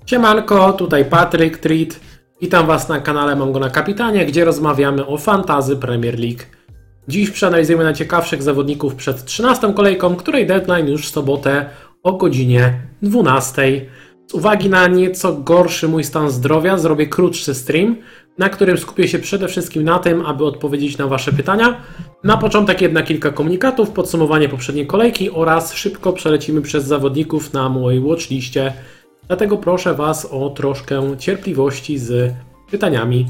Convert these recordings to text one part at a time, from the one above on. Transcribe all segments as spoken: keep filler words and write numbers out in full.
Siemanko, tutaj Patryk Treat. Witam Was na kanale Mam Go na Kapitanie, gdzie rozmawiamy o Fantasy Premier League. Dziś przeanalizujemy najciekawszych zawodników przed trzynastą kolejką, której deadline już w sobotę o godzinie dwunastej. Z uwagi na nieco gorszy mój stan zdrowia zrobię krótszy stream, na którym skupię się przede wszystkim na tym, aby odpowiedzieć na Wasze pytania. Na początek jednak kilka komunikatów, podsumowanie poprzedniej kolejki oraz szybko przelecimy przez zawodników na mojej watchliście. Dlatego proszę Was o troszkę cierpliwości z pytaniami.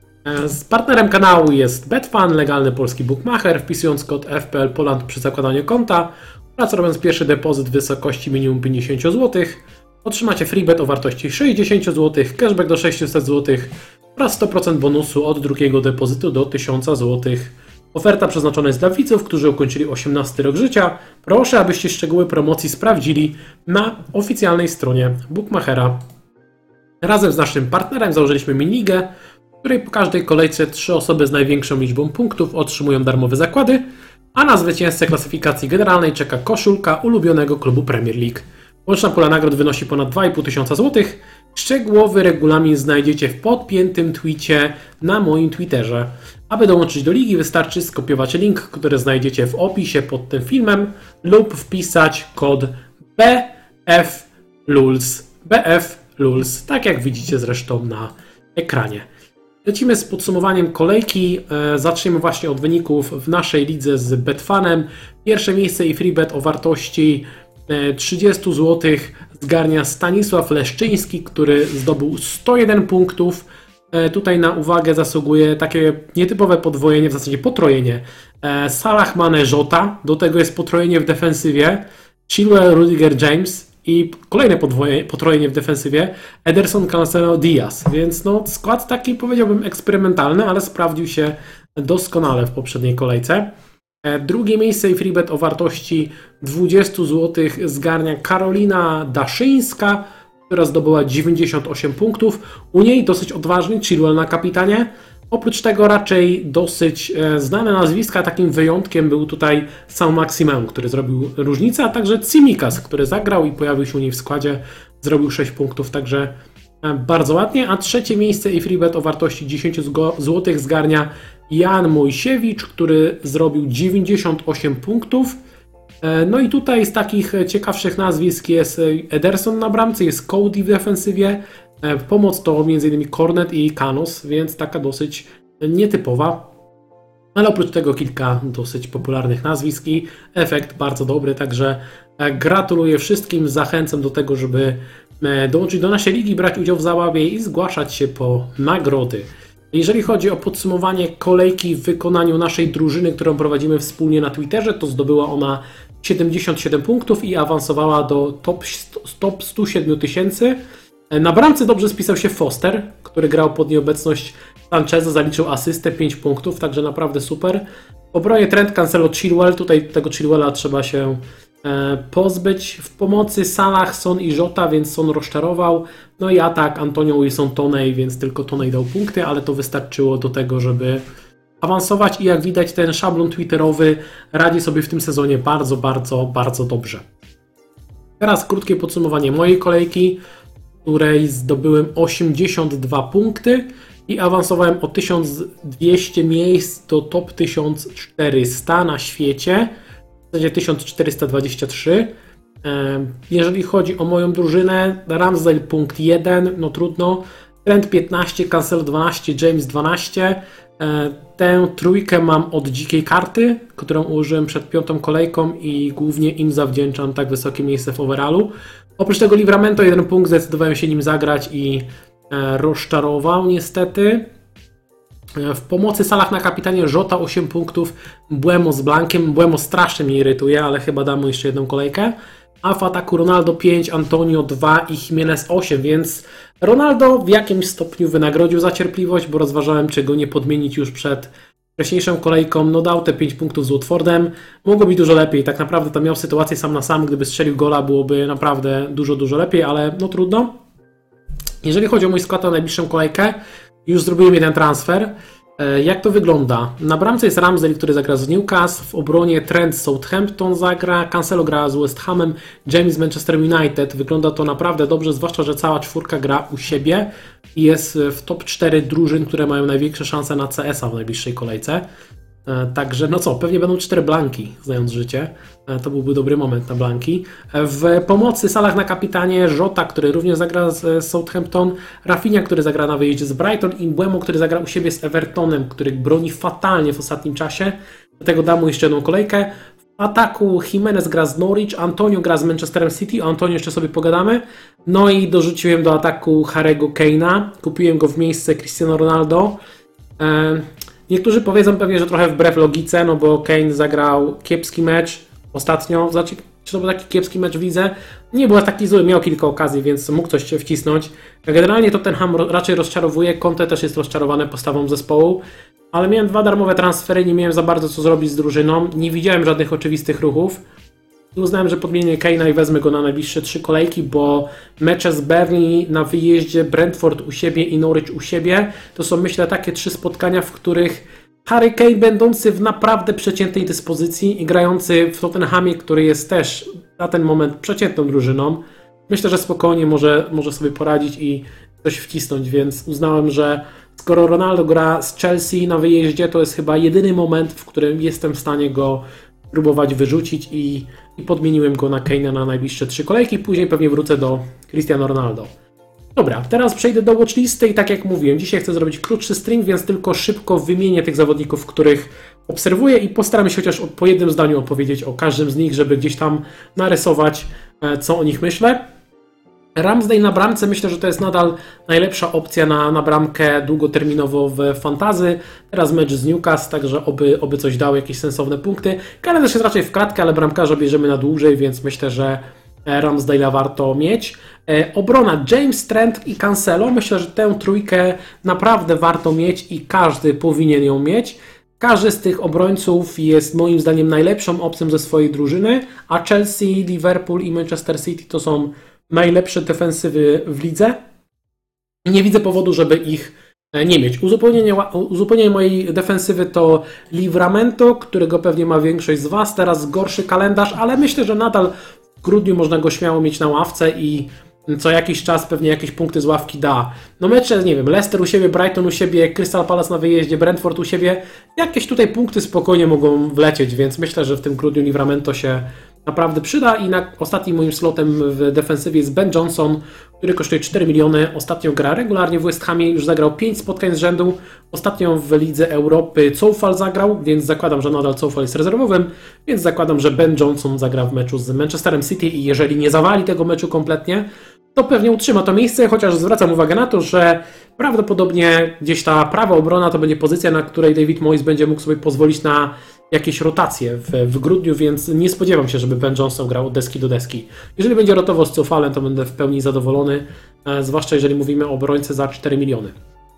Z partnerem kanału jest Betfan, legalny polski bookmacher. Wpisując kod F P L Poland przy zakładaniu konta oraz robiąc pierwszy depozyt w wysokości minimum pięćdziesiąt złotych, otrzymacie freebet o wartości sześćdziesiąt złotych, cashback do sześćset złotych oraz sto procent bonusu od drugiego depozytu do tysiąc złotych. Oferta przeznaczona jest dla widzów, którzy ukończyli osiemnasty rok życia. Proszę, abyście szczegóły promocji sprawdzili na oficjalnej stronie bookmachera. Razem z naszym partnerem założyliśmy minigę, w której po każdej kolejce trzy osoby z największą liczbą punktów otrzymują darmowe zakłady, a na zwycięzcę klasyfikacji generalnej czeka koszulka ulubionego klubu Premier League. Łączna pula nagród wynosi ponad dwa i pół tysiąca złotych. Szczegółowy regulamin znajdziecie w podpiętym tweetie na moim Twitterze. Aby dołączyć do ligi, wystarczy skopiować link, który znajdziecie w opisie pod tym filmem lub wpisać kod B F L U L S. B F L U L S, tak jak widzicie zresztą na ekranie. Lecimy z podsumowaniem kolejki. Zaczniemy właśnie od wyników w naszej lidze z Betfanem. Pierwsze miejsce i freebet o wartości trzydzieści złotych zgarnia Stanisław Leszczyński, który zdobył sto jeden punktów. Tutaj na uwagę zasługuje takie nietypowe podwojenie, w zasadzie potrojenie. Salah, Mane, Jota, do tego jest potrojenie w defensywie, Chilwell, Rudiger, James i kolejne podwoje, potrojenie w defensywie, Ederson, Cancelo, Diaz. Więc no, skład taki powiedziałbym eksperymentalny, ale sprawdził się doskonale w poprzedniej kolejce. Drugie miejsce i freebet o wartości dwadzieścia złotych zgarnia Karolina Daszyńska, która zdobyła dziewięćdziesiąt osiem punktów. U niej dosyć odważny Chilwell na kapitanie. Oprócz tego raczej dosyć znane nazwiska. Takim wyjątkiem był tutaj Saint-Maximin, który zrobił różnicę, a także Tsimikas, który zagrał i pojawił się u niej w składzie, zrobił sześć punktów, także bardzo ładnie. A trzecie miejsce i freebet o wartości dziesięć złotych zgarnia Jan Mojsiewicz, który zrobił dziewięćdziesiąt osiem punktów. No i tutaj z takich ciekawszych nazwisk jest Ederson na bramce, jest Cody w defensywie, w pomoc to m.in. Cornet i Canos, więc taka dosyć nietypowa. Ale oprócz tego kilka dosyć popularnych nazwisk i efekt bardzo dobry, także gratuluję wszystkim, zachęcam do tego, żeby dołączyć do naszej ligi, brać udział w zabawie i zgłaszać się po nagrody. Jeżeli chodzi o podsumowanie kolejki w wykonaniu naszej drużyny, którą prowadzimy wspólnie na Twitterze, to zdobyła ona siedemdziesiąt siedem punktów i awansowała do top, top stu siedmiu tysięcy. Na bramce dobrze spisał się Foster, który grał pod nieobecność Sancheza, zaliczył asystę, pięć punktów, także naprawdę super. W obronie Trent, Cancelo, Chilwell, tutaj tego Chilwella trzeba się pozbyć. W pomocy Salah, Son i Jota, więc Son rozczarował. No i atak Antonio Wilson, Toney, więc tylko Toney dał punkty, ale to wystarczyło do tego, żeby awansować i jak widać ten szablon twitterowy radzi sobie w tym sezonie bardzo, bardzo, bardzo dobrze. Teraz krótkie podsumowanie mojej kolejki, w której zdobyłem osiemdziesiąt dwa punkty i awansowałem o tysiąc dwieście miejsc do top tysiąc czterysta na świecie. W zasadzie tysiąc czterysta dwadzieścia trzy. Jeżeli chodzi o moją drużynę, Ramsdale punkt jeden, no trudno. Trent piętnaście, Cancelo dwanaście, James dwanaście. Tę trójkę mam od dzikiej karty, którą użyłem przed piątą kolejką i głównie im zawdzięczam tak wysokie miejsce w overallu. Oprócz tego Livramento jeden punkt, zdecydowałem się nim zagrać i rozczarował niestety. W pomocy Salah na kapitanie, Jota osiem punktów, Mbeumo z Blankiem. Mbeumo strasznie mnie irytuje, ale chyba dam mu jeszcze jedną kolejkę. A w ataku Ronaldo pięć, Antonio dwa i Jimenez osiem, więc Ronaldo w jakimś stopniu wynagrodził za cierpliwość, bo rozważałem, czy go nie podmienić już przed wcześniejszą kolejką. No dał te pięć punktów z Watfordem, mogło być dużo lepiej. Tak naprawdę tam miał sytuację sam na sam, gdyby strzelił gola, byłoby naprawdę dużo, dużo lepiej, ale no trudno. Jeżeli chodzi o mój skład na najbliższą kolejkę, już zrobiłem jeden transfer. Jak to wygląda? Na bramce jest Ramsdale, który zagra z Newcastle, w obronie Trent z Southampton zagra, Cancelo gra z West Hamem, James z Manchester United. Wygląda to naprawdę dobrze, zwłaszcza, że cała czwórka gra u siebie i jest w top cztery drużyn, które mają największe szanse na C S a w najbliższej kolejce. Także no co, pewnie będą cztery blanki, znając życie. To byłby dobry moment na blanki. W pomocy Salah na kapitanie, Jota, który również zagra z Southampton, Rafinha, który zagra na wyjeździe z Brighton i Mbeumo, który zagra u siebie z Evertonem, który broni fatalnie w ostatnim czasie. Do tego dam mu jeszcze jedną kolejkę. W ataku Jimenez gra z Norwich, Antonio gra z Manchesterem City, o Antonio jeszcze sobie pogadamy. No i dorzuciłem do ataku Harry'ego Kane'a, kupiłem go w miejsce Cristiano Ronaldo. Niektórzy powiedzą pewnie, że trochę wbrew logice, no bo Kane zagrał kiepski mecz ostatnio. Znaczy, czy to był taki kiepski mecz w lidze? Nie był taki zły, miał kilka okazji, więc mógł coś się wcisnąć. Generalnie Tottenham raczej rozczarowuje, Conte też jest rozczarowany postawą zespołu, ale miałem dwa darmowe transfery, nie miałem za bardzo co zrobić z drużyną, nie widziałem żadnych oczywistych ruchów. I uznałem, że podmienię Kane'a i wezmę go na najbliższe trzy kolejki, bo mecze z Burnley na wyjeździe, Brentford u siebie i Norwich u siebie, to są, myślę, takie trzy spotkania, w których Harry Kane, będący w naprawdę przeciętnej dyspozycji i grający w Tottenhamie, który jest też na ten moment przeciętną drużyną, myślę, że spokojnie może, może sobie poradzić i coś wcisnąć, więc uznałem, że skoro Ronaldo gra z Chelsea na wyjeździe, to jest chyba jedyny moment, w którym jestem w stanie go próbować wyrzucić i, i podmieniłem go na Kane'a na najbliższe trzy kolejki, później pewnie wrócę do Cristiano Ronaldo. Dobra, teraz przejdę do watchlisty i tak jak mówiłem, dzisiaj chcę zrobić krótszy stream, więc tylko szybko wymienię tych zawodników, których obserwuję i postaram się chociaż po jednym zdaniu opowiedzieć o każdym z nich, żeby gdzieś tam narysować, co o nich myślę. Ramsdale na bramce, myślę, że to jest nadal najlepsza opcja na, na bramkę długoterminowo w fantasy. Teraz mecz z Newcastle, także oby, oby coś dało, jakieś sensowne punkty. Kalendarz jest raczej w kratkę, ale bramkarza bierzemy na dłużej, więc myślę, że Ramsdale'a warto mieć. Obrona James, Trent i Cancelo. Myślę, że tę trójkę naprawdę warto mieć i każdy powinien ją mieć. Każdy z tych obrońców jest moim zdaniem najlepszą opcją ze swojej drużyny, a Chelsea, Liverpool i Manchester City to są najlepsze defensywy w lidze. Nie widzę powodu, żeby ich nie mieć. Uzupełnienie, uzupełnienie mojej defensywy to Livramento, którego pewnie ma większość z Was. Teraz gorszy kalendarz, ale myślę, że nadal w grudniu można go śmiało mieć na ławce i co jakiś czas pewnie jakieś punkty z ławki da. No mecze, nie wiem, Leicester u siebie, Brighton u siebie, Crystal Palace na wyjeździe, Brentford u siebie. Jakieś tutaj punkty spokojnie mogą wlecieć, więc myślę, że w tym grudniu Livramento się naprawdę przyda i na ostatnim moim slotem w defensywie jest Ben Johnson, który kosztuje cztery miliony. Ostatnio gra regularnie w West Hamie, już zagrał pięć spotkań z rzędu. Ostatnio w Lidze Europy Coufal zagrał, więc zakładam, że nadal Coufal jest rezerwowym, więc zakładam, że Ben Johnson zagra w meczu z Manchesterem City i jeżeli nie zawali tego meczu kompletnie, to pewnie utrzyma to miejsce, chociaż zwracam uwagę na to, że prawdopodobnie gdzieś ta prawa obrona to będzie pozycja, na której David Moyes będzie mógł sobie pozwolić na jakieś rotacje w, w grudniu, więc nie spodziewam się, żeby Ben Johnson grał od deski do deski. Jeżeli będzie rotował z Coufalem, to będę w pełni zadowolony, e, zwłaszcza jeżeli mówimy o obrońcy za cztery miliony.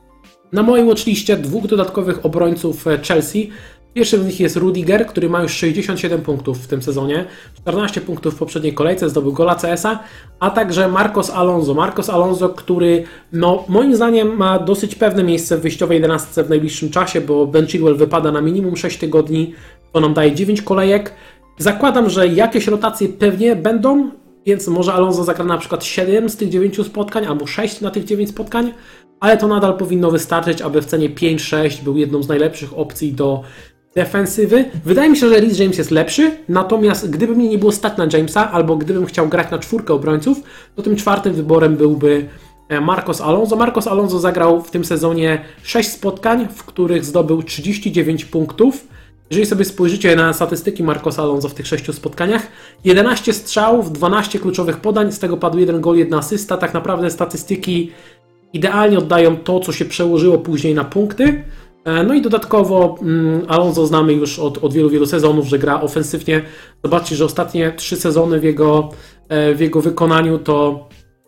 Na mojej watchliście dwóch dodatkowych obrońców Chelsea. Pierwszym z nich jest Rudiger, który ma już sześćdziesiąt siedem punktów w tym sezonie, czternaście punktów w poprzedniej kolejce, zdobył gola C S a, a także Marcos Alonso. Marcos Alonso, który no, moim zdaniem ma dosyć pewne miejsce w wyjściowej jedenastce w najbliższym czasie, bo Ben Chilwell wypada na minimum sześć tygodni, to nam daje dziewięć kolejek. Zakładam, że jakieś rotacje pewnie będą, więc może Alonso zagra na przykład siedem z tych dziewięciu spotkań, albo sześć na tych dziewięć spotkań, ale to nadal powinno wystarczyć, aby w cenie pięć sześć był jedną z najlepszych opcji do defensywy. Wydaje mi się, że Reece James jest lepszy, natomiast gdyby mnie nie było stać na Jamesa, albo gdybym chciał grać na czwórkę obrońców, to tym czwartym wyborem byłby Marcos Alonso. Marcos Alonso zagrał w tym sezonie sześć spotkań, w których zdobył trzydzieści dziewięć punktów. Jeżeli sobie spojrzycie na statystyki Marcosa Alonso w tych sześciu spotkaniach, jedenaście strzałów, dwanaście kluczowych podań, z tego padł jeden gol, jedna asysta. Tak naprawdę statystyki idealnie oddają to, co się przełożyło później na punkty. No i dodatkowo Alonso znamy już od, od wielu, wielu sezonów, że gra ofensywnie. Zobaczcie, że ostatnie trzy sezony w jego, w jego wykonaniu to,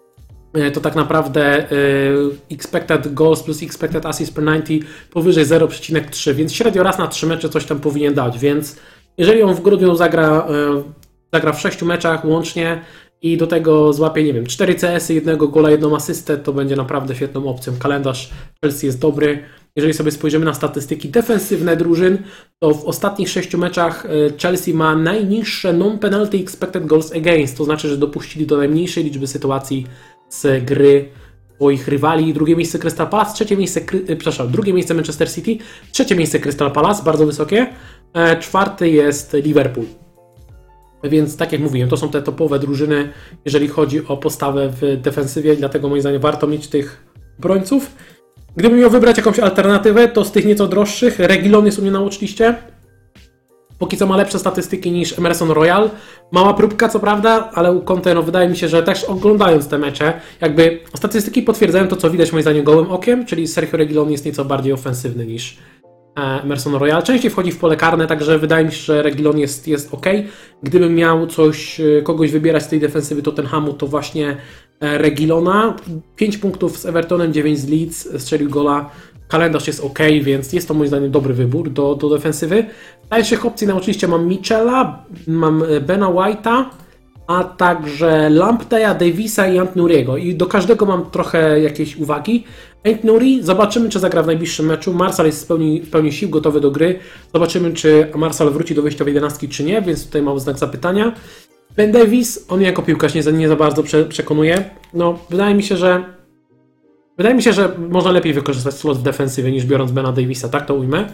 to tak naprawdę expected goals plus expected assists per dziewięćdziesiąt powyżej zero przecinek trzy, więc średnio raz na trzy mecze coś tam powinien dać, więc jeżeli on w grudniu zagra, zagra w sześciu meczach łącznie i do tego złapie, nie wiem, cztery C S y, jednego gola, jedną asystę, to będzie naprawdę świetną opcją. Kalendarz Chelsea jest dobry. jeżeli sobie spojrzymy na statystyki defensywne drużyn, to w ostatnich sześciu meczach Chelsea ma najniższe non-penalty expected goals against, to znaczy, że dopuścili do najmniejszej liczby sytuacji z gry swoich rywali. Drugie miejsce Crystal Palace, trzecie miejsce, przepraszam, drugie miejsce Manchester City, trzecie miejsce Crystal Palace, bardzo wysokie, czwarty jest Liverpool. Więc tak jak mówiłem, to są te topowe drużyny, jeżeli chodzi o postawę w defensywie, dlatego moim zdaniem warto mieć tych obrońców. Gdybym miał wybrać jakąś alternatywę, to z tych nieco droższych, Reguilon jest u mnie na watchliście. Póki co ma lepsze statystyki niż Emerson Royal. Mała próbka, co prawda, ale u Conte, no wydaje mi się, że też oglądając te mecze, jakby statystyki potwierdzają to, co widać moim zdaniem gołym okiem, czyli Sergio Reguilon jest nieco bardziej ofensywny niż Emerson Royal. Częściej wchodzi w pole karne, także wydaje mi się, że Reguilon jest, jest ok. Gdybym miał coś, kogoś wybierać z tej defensywy Tottenhamu, to właśnie Reguilona. pięć punktów z Evertonem, dziewięć z Leeds, strzelił gola. Kalendarz jest ok, więc jest to moim zdaniem dobry wybór do, do defensywy. Dalszych opcji na oczywiście mam Michela, mam Bena White'a, a także Lampteja, Davisa i Ant-Nouriego. I do każdego mam trochę jakieś uwagi. Ant-Nouri, zobaczymy, czy zagra w najbliższym meczu. Martial jest w pełni, w pełni sił, gotowy do gry. Zobaczymy, czy Martial wróci do wyjściowej jedenastki, czy nie, więc tutaj mam znak zapytania. Ben Davies, on jako piłkarz nie za, nie za bardzo prze, przekonuje. No, wydaje mi się, że wydaje mi się, że można lepiej wykorzystać slot w defensywie niż biorąc Bena Davisa, tak to ujmę.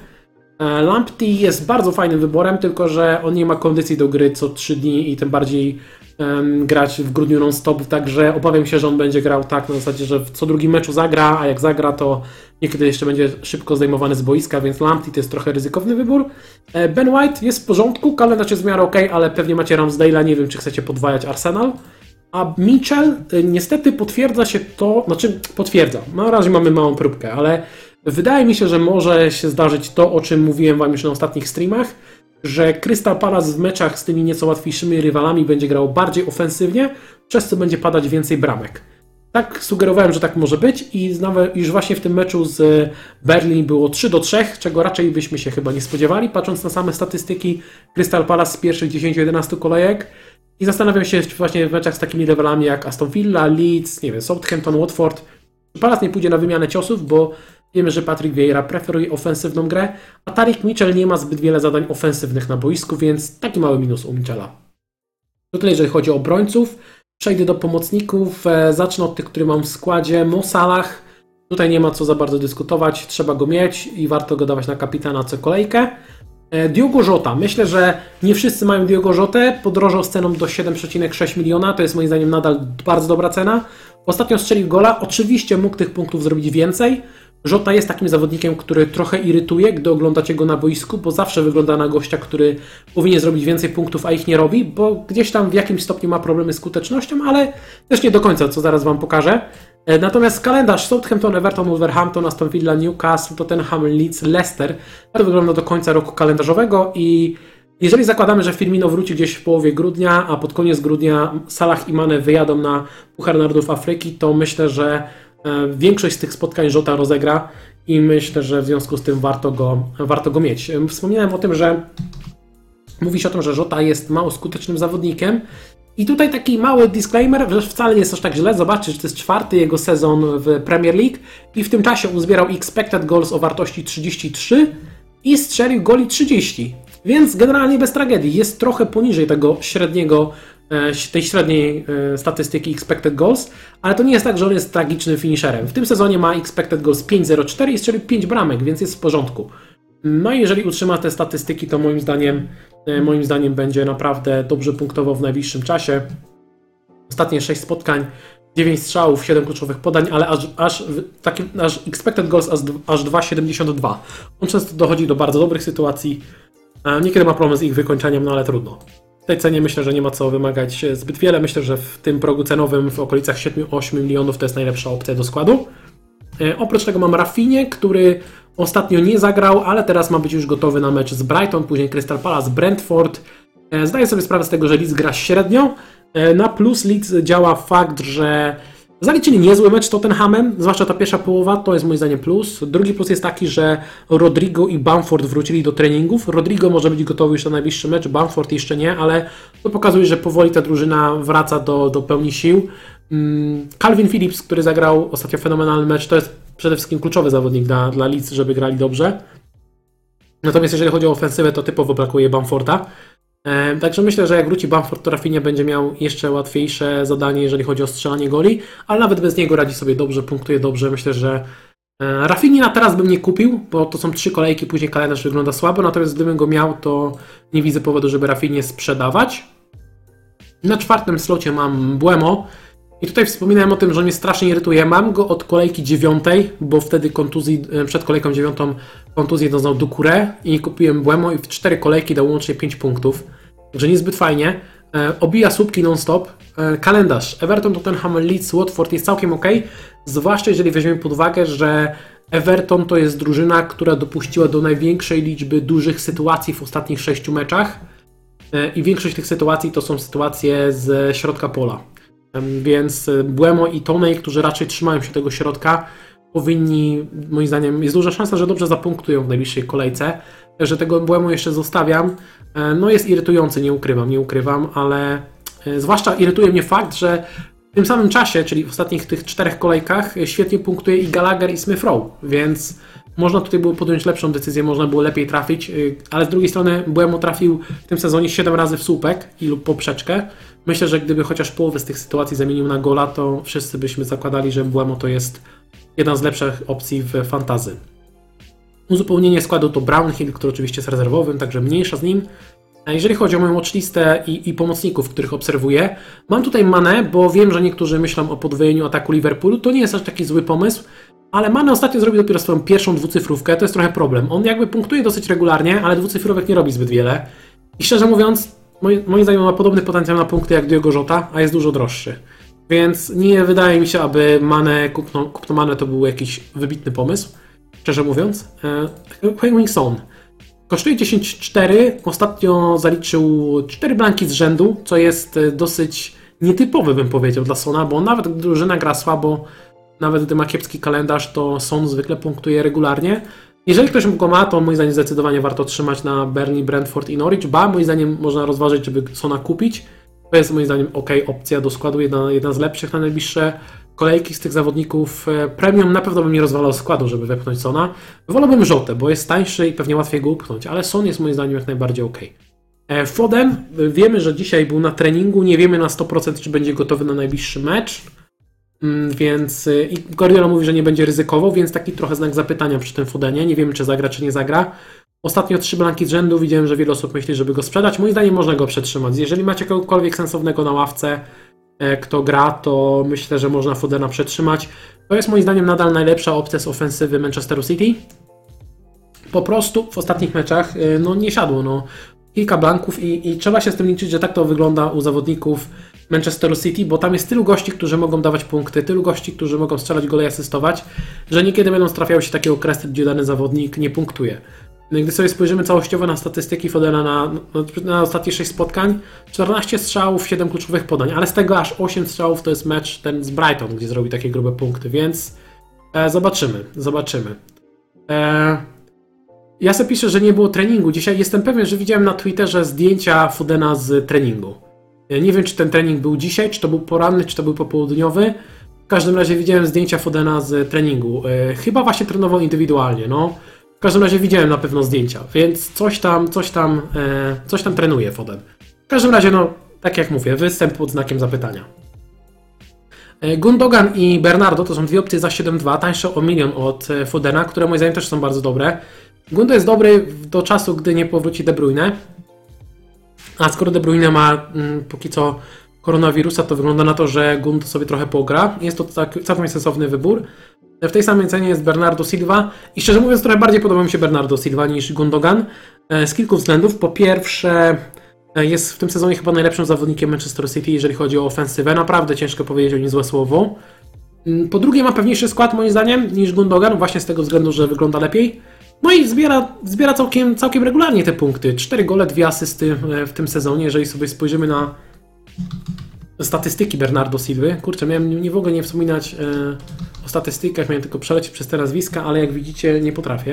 Lamptey jest bardzo fajnym wyborem, tylko że on nie ma kondycji do gry co trzy dni i tym bardziej um, grać w grudniu non-stop, także obawiam się, że on będzie grał tak na zasadzie, że w co drugim meczu zagra, a jak zagra, to niekiedy jeszcze będzie szybko zdejmowany z boiska, więc Lamptey to jest trochę ryzykowny wybór. Ben White jest w porządku, kalendarz jest w miarę ok, ale pewnie macie Ramsdale'a, nie wiem, czy chcecie podwajać Arsenal. A Mitchell, niestety potwierdza się to, znaczy potwierdza, na razie mamy małą próbkę, ale wydaje mi się, że może się zdarzyć to, o czym mówiłem wam już na ostatnich streamach, że Crystal Palace w meczach z tymi nieco łatwiejszymi rywalami będzie grał bardziej ofensywnie, przez co będzie padać więcej bramek. Tak sugerowałem, że tak może być i nawet już właśnie w tym meczu z Berlin było trzy do trzech, czego raczej byśmy się chyba nie spodziewali, patrząc na same statystyki Crystal Palace z pierwszych dziesięciu jedenastu kolejek. I zastanawiam się właśnie w meczach z takimi levelami jak Aston Villa, Leeds, nie wiem, Southampton, Watford, czy Palace nie pójdzie na wymianę ciosów, bo wiemy, że Patrick Vieira preferuje ofensywną grę, a Tariq Mitchell nie ma zbyt wiele zadań ofensywnych na boisku, więc taki mały minus u Mitchella. To tyle, jeżeli chodzi o obrońców. Przejdę do pomocników. Zacznę od tych, które mam w składzie. Mo Salah. Tutaj nie ma co za bardzo dyskutować. Trzeba go mieć i warto go dawać na kapitana co kolejkę. Diogo Jota. Myślę, że nie wszyscy mają Diogo Jotę. Podrożał z ceną do siedem przecinek sześć miliona. To jest moim zdaniem nadal bardzo dobra cena. Ostatnio strzelił gola. Oczywiście mógł tych punktów zrobić więcej. Jota jest takim zawodnikiem, który trochę irytuje, gdy oglądacie go na boisku, bo zawsze wygląda na gościa, który powinien zrobić więcej punktów, a ich nie robi, bo gdzieś tam w jakimś stopniu ma problemy z skutecznością, ale też nie do końca, co zaraz wam pokażę. Natomiast kalendarz Southampton, Everton, Wolverhampton, Aston Villa, Newcastle, Tottenham, Leeds, Leicester, to wygląda do końca roku kalendarzowego i jeżeli zakładamy, że Firmino wróci gdzieś w połowie grudnia, a pod koniec grudnia Salah i Mane wyjadą na Puchar Narodów Afryki, to myślę, że większość z tych spotkań Jota rozegra i myślę, że w związku z tym warto go, warto go mieć. Wspomniałem o tym, że mówi się o tym, że Jota jest mało skutecznym zawodnikiem i tutaj taki mały disclaimer, że wcale nie jest aż tak źle. Zobaczcie, że to jest czwarty jego sezon w Premier League i w tym czasie uzbierał expected goals o wartości trzydzieści trzy i strzelił goli trzydzieści. Więc generalnie bez tragedii. Jest trochę poniżej tego średniego, tej średniej statystyki expected goals, ale to nie jest tak, że on jest tragicznym finisherem. W tym sezonie ma expected goals pięć zero cztery i strzelił pięć bramek, więc jest w porządku. No i jeżeli utrzyma te statystyki, to moim zdaniem, moim zdaniem będzie naprawdę dobrze punktował w najbliższym czasie. Ostatnie sześć spotkań, dziewięć strzałów, siedem kluczowych podań, ale aż, aż, taki, aż expected goals aż, aż dwa siedemdziesiąt dwa. On często dochodzi do bardzo dobrych sytuacji. Niekiedy ma problem z ich wykończeniem, no ale trudno. W tej cenie myślę, że nie ma co wymagać zbyt wiele. Myślę, że w tym progu cenowym w okolicach siedem do ośmiu milionów to jest najlepsza opcja do składu. E, oprócz tego mam Rafinę, który ostatnio nie zagrał, ale teraz ma być już gotowy na mecz z Brighton, później Crystal Palace, Brentford. E, zdaję sobie sprawę z tego, że Leeds gra średnio. E, na plus Leeds działa fakt, że zaliczyli niezły mecz z Tottenhamem, zwłaszcza ta pierwsza połowa, to jest moim zdaniem plus. Drugi plus jest taki, że Rodrigo i Bamford wrócili do treningów. Rodrigo może być gotowy już na najbliższy mecz, Bamford jeszcze nie, ale to pokazuje, że powoli ta drużyna wraca do, do pełni sił. Calvin Phillips, który zagrał ostatnio fenomenalny mecz, to jest przede wszystkim kluczowy zawodnik dla, dla Leeds, żeby grali dobrze. Natomiast jeżeli chodzi o ofensywę, to typowo brakuje Bamforda. E, także myślę, że jak wróci Bamford, to Rafinha będzie miał jeszcze łatwiejsze zadanie, jeżeli chodzi o strzelanie goli, ale nawet bez niego radzi sobie dobrze, punktuje dobrze. Myślę, że e, Rafinha na teraz bym nie kupił, bo to są trzy kolejki, później kalendarz wygląda słabo, natomiast gdybym go miał, to nie widzę powodu, żeby Rafinhię sprzedawać. Na czwartym slocie mam Mbeumo. I tutaj wspominałem o tym, że on mnie strasznie irytuje. Mam go od kolejki dziewiątej, bo wtedy kontuzji, przed kolejką dziewiątą kontuzję doznał Doucouré i kupiłem Mbeumo i w cztery kolejki dał łącznie pięć punktów. Także niezbyt fajnie. E, obija słupki non-stop. E, kalendarz. Everton, Tottenham, Leeds, Watford jest całkiem ok. Zwłaszcza jeżeli weźmiemy pod uwagę, że Everton to jest drużyna, która dopuściła do największej liczby dużych sytuacji w ostatnich sześciu meczach. E, I większość tych sytuacji to są sytuacje z środka pola. Więc Mbeumo i Toney, którzy raczej trzymają się tego środka, powinni, moim zdaniem, jest duża szansa, że dobrze zapunktują w najbliższej kolejce. Także tego Mbeumo jeszcze zostawiam. No jest irytujący, nie ukrywam, nie ukrywam, ale zwłaszcza irytuje mnie fakt, że w tym samym czasie, czyli w ostatnich tych czterech kolejkach, świetnie punktuje i Gallagher i Smith Rowe, więc można tutaj było podjąć lepszą decyzję, można było lepiej trafić, ale z drugiej strony Mbeumo trafił w tym sezonie siedem razy w słupek i lub poprzeczkę. Myślę, że gdyby chociaż połowę z tych sytuacji zamienił na gola, to wszyscy byśmy zakładali, że Mbeumo to jest jedna z lepszych opcji w fantasy. Uzupełnienie składu to Brownhill, który oczywiście jest rezerwowym, także mniejsza z nim. A jeżeli chodzi o moją watchlistę i, i pomocników, których obserwuję, mam tutaj Mané, bo wiem, że niektórzy myślą o podwojeniu ataku Liverpoolu. To nie jest aż taki zły pomysł, ale Mané ostatnio zrobił dopiero swoją pierwszą dwucyfrówkę, to jest trochę problem. On jakby punktuje dosyć regularnie, ale dwucyfrówek nie robi zbyt wiele. I szczerze mówiąc, moim, moim zdaniem ma podobny potencjał na punkty jak Diogo Jota, a jest dużo droższy. Więc nie wydaje mi się, aby Mané, kupno, kupno Mané to był jakiś wybitny pomysł, szczerze mówiąc. Heung-min Son kosztuje dziesięć cztery, ostatnio zaliczył cztery blanki z rzędu, co jest dosyć nietypowe, bym powiedział, dla Sona, bo nawet gdy drużyna gra słabo, nawet gdy ma kiepski kalendarz, to Son zwykle punktuje regularnie. Jeżeli ktoś go ma, to moim zdaniem zdecydowanie warto trzymać na Burnley, Brentford i Norwich, ba moim zdaniem można rozważyć, żeby Sona kupić. To jest moim zdaniem ok opcja do składu, jedna, jedna z lepszych na najbliższe kolejki z tych zawodników premium. Na pewno bym nie rozwalał składu, żeby wepchnąć Sona. Wolałbym Jotę, bo jest tańszy i pewnie łatwiej go upchnąć, ale Son jest moim zdaniem jak najbardziej ok. Foden, wiemy, że dzisiaj był na treningu, nie wiemy na sto procent, czy będzie gotowy na najbliższy mecz, więc i Guardiola mówi, że nie będzie ryzykował, więc taki trochę znak zapytania przy tym Fodenie. Nie wiemy, czy zagra, czy nie zagra. Ostatnio trzy blanki z rzędu, widziałem, że wiele osób myśli, żeby go sprzedać. Moim zdaniem można go przetrzymać. Jeżeli macie kogokolwiek sensownego na ławce, kto gra, to myślę, że można Fodena przetrzymać. To jest moim zdaniem nadal najlepsza opcja z ofensywy Manchesteru City. Po prostu w ostatnich meczach no, nie siadło. No. Kilka blanków i, i trzeba się z tym liczyć, że tak to wygląda u zawodników Manchesteru City, bo tam jest tylu gości, którzy mogą dawać punkty, tylu gości, którzy mogą strzelać gole i asystować, że niekiedy będą trafiały się takie okresy, gdzie dany zawodnik nie punktuje. Gdy sobie spojrzymy całościowo na statystyki Fodena na, na, na ostatnie sześć spotkań, czternaście strzałów, siedem kluczowych podań, ale z tego aż osiem strzałów to jest mecz ten z Brighton, gdzie zrobi takie grube punkty, więc e, zobaczymy, zobaczymy. E, ja sobie piszę, że nie było treningu. Dzisiaj jestem pewien, że widziałem na Twitterze zdjęcia Fodena z treningu. Ja nie wiem, czy ten trening był dzisiaj, czy to był poranny, czy to był popołudniowy. W każdym razie widziałem zdjęcia Fodena z treningu. E, chyba właśnie trenował indywidualnie, no. W każdym razie widziałem na pewno zdjęcia, więc coś tam, coś tam, e, coś tam trenuje Foden. W każdym razie, no, tak jak mówię, występ pod znakiem zapytania. E, Gundogan i Bernardo to są dwie opcje za siedem dwa, tańsze o milion od Fodena, które moim zdaniem też są bardzo dobre. Gundo jest dobry do czasu, gdy nie powróci De Bruyne, a skoro De Bruyne ma mm, póki co koronawirusa, to wygląda na to, że Gundo sobie trochę pogra. Jest to tak, całkiem sensowny wybór. W tej samej cenie jest Bernardo Silva i szczerze mówiąc trochę bardziej podoba mi się Bernardo Silva niż Gundogan z kilku względów. Po pierwsze jest w tym sezonie chyba najlepszym zawodnikiem Manchester City, jeżeli chodzi o ofensywę. Naprawdę ciężko powiedzieć o nim złe słowo. Po drugie ma pewniejszy skład moim zdaniem niż Gundogan, właśnie z tego względu, że wygląda lepiej. No i zbiera, zbiera całkiem, całkiem regularnie te punkty. cztery gole, dwie asysty w tym sezonie, jeżeli sobie spojrzymy na statystyki Bernardo Silwy. Kurczę, miałem nie w ogóle nie wspominać e, o statystykach, miałem tylko przelecieć przez te nazwiska, ale jak widzicie nie potrafię.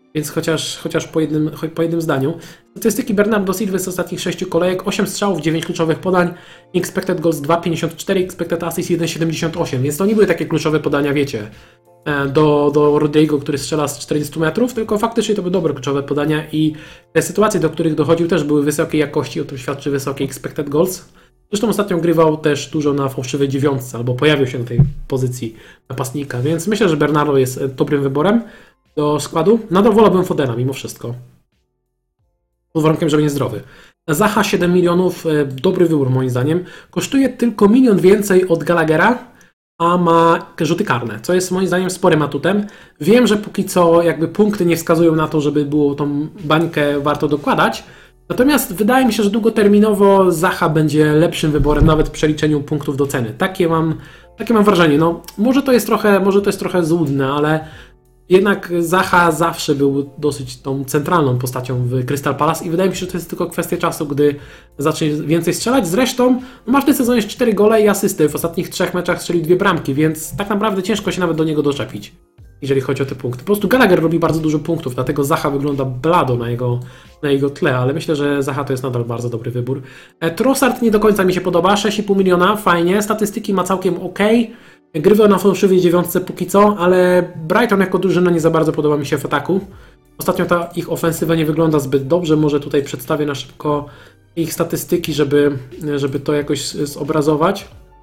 Więc chociaż, chociaż po, jednym, po jednym zdaniu. Statystyki Bernardo Silva z ostatnich sześciu kolejek: osiem strzałów, dziewięć kluczowych podań, expected goals dwa przecinek pięćdziesiąt cztery, expected assist jeden przecinek siedemdziesiąt osiem, więc to nie były takie kluczowe podania, wiecie, do, do Rodrigo, który strzela z czterdziestu metrów, tylko faktycznie to były dobre kluczowe podania i te sytuacje, do których dochodził, też były wysokiej jakości, o tym świadczy wysoki expected goals. Zresztą ostatnio grywał też dużo na fałszywej dziewiątce, albo pojawił się na tej pozycji napastnika, więc myślę, że Bernardo jest dobrym wyborem do składu. Nadal wolałbym Fodena mimo wszystko. Pod warunkiem, że będzie zdrowy. Zaha siedem milionów, dobry wybór moim zdaniem. Kosztuje tylko milion więcej od Gallaghera, a ma rzuty karne, co jest moim zdaniem sporym atutem. Wiem, że póki co jakby punkty nie wskazują na to, żeby było tą bańkę warto dokładać. Natomiast wydaje mi się, że długoterminowo Zaha będzie lepszym wyborem, nawet w przeliczeniu punktów do ceny. Takie mam, takie mam wrażenie. No, może to jest trochę, może to jest trochę złudne, ale jednak Zaha zawsze był dosyć tą centralną postacią w Crystal Palace i wydaje mi się, że to jest tylko kwestia czasu, gdy zacznie więcej strzelać. Zresztą no masz w tym sezonie cztery gole i asysty. W ostatnich trzech meczach strzelił dwie bramki, więc tak naprawdę ciężko się nawet do niego doczepić, jeżeli chodzi o te punkty. Po prostu Gallagher robi bardzo dużo punktów, dlatego Zaha wygląda blado na jego, na jego tle, ale myślę, że Zaha to jest nadal bardzo dobry wybór. Trossard nie do końca mi się podoba, sześć i pół miliona, fajnie, statystyki ma całkiem ok. Grywa na fałszywej dziewiątce póki co, ale Brighton jako drużyna nie za bardzo podoba mi się w ataku. Ostatnio ta ich ofensywa nie wygląda zbyt dobrze, może tutaj przedstawię na szybko ich statystyki, żeby, żeby to jakoś zobrazować.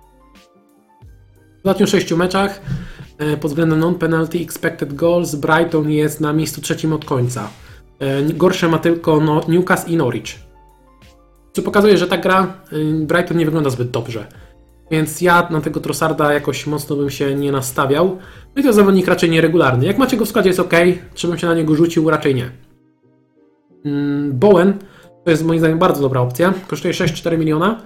W ostatnich sześciu meczach pod względem non-penalty expected goals Brighton jest na miejscu trzecim od końca. Gorsze ma tylko Newcastle i Norwich. Co pokazuje, że ta gra Brighton nie wygląda zbyt dobrze. Więc ja na tego Trossarda jakoś mocno bym się nie nastawiał. No i to zawodnik raczej nieregularny. Jak macie go w składzie jest ok, czy bym się na niego rzucił? Raczej nie. Bowen to jest moim zdaniem bardzo dobra opcja. Kosztuje sześć przecinek cztery miliona.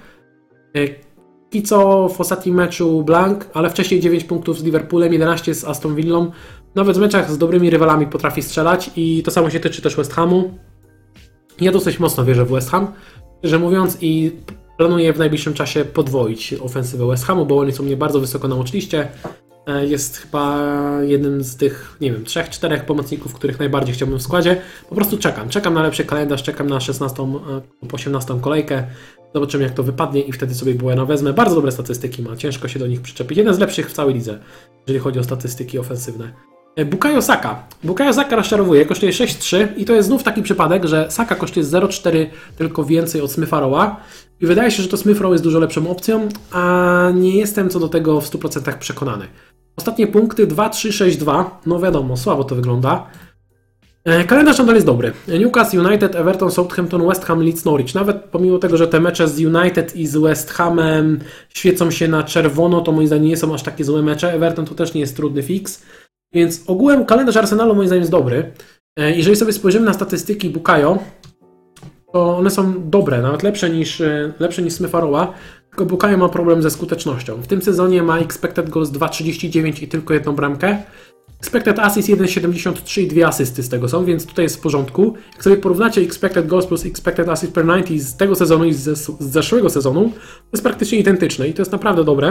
Kico w ostatnim meczu blank, ale wcześniej dziewięć punktów z Liverpoolem, jedenaście z Aston Villą. Nawet w meczach z dobrymi rywalami potrafi strzelać i to samo się tyczy też West Hamu. Ja dosyć mocno wierzę w West Ham, szczerze mówiąc, i planuję w najbliższym czasie podwoić ofensywę West Hamu, bo oni są mnie bardzo wysoko na watchliście. Jest chyba jednym z tych, nie wiem, trzech, czterech pomocników, których najbardziej chciałbym w składzie. Po prostu czekam. Czekam na lepszy kalendarz, czekam na szesnastą lub osiemnastą kolejkę. Zobaczymy, jak to wypadnie i wtedy sobie Bowena wezmę. Bardzo dobre statystyki ma, ciężko się do nich przyczepić. Jeden z lepszych w całej lidze, jeżeli chodzi o statystyki ofensywne. Bukayo Saka. Bukayo Saka rozczarowuje, kosztuje sześć przecinek trzy i to jest znów taki przypadek, że Saka kosztuje zero przecinek cztery tylko więcej od Smitha Rowe'a i wydaje się, że to Smith Rowe jest dużo lepszą opcją, a nie jestem co do tego w stu procentach przekonany. Ostatnie punkty dwa, trzy, sześć, dwa, no wiadomo, słabo to wygląda. Kalendarz nadal jest dobry. Newcastle United, Everton, Southampton, West Ham, Leeds, Norwich. Nawet pomimo tego, że te mecze z United i z West Hamem świecą się na czerwono, to moim zdaniem nie są aż takie złe mecze. Everton to też nie jest trudny fix. Więc ogółem kalendarz Arsenalu moim zdaniem jest dobry. Jeżeli sobie spojrzymy na statystyki Bukayo, to one są dobre, nawet lepsze niż, lepsze niż Smitha Rowe'a, tylko Bukayo ma problem ze skutecznością. W tym sezonie ma expected goals dwa przecinek trzydzieści dziewięć i tylko jedną bramkę. Expected assist jeden przecinek siedemdziesiąt trzy i dwie asysty z tego są, więc tutaj jest w porządku. Jak sobie porównacie expected goals plus expected assist per dziewięćdziesiąt z tego sezonu i z, z zeszłego sezonu, to jest praktycznie identyczne i to jest naprawdę dobre.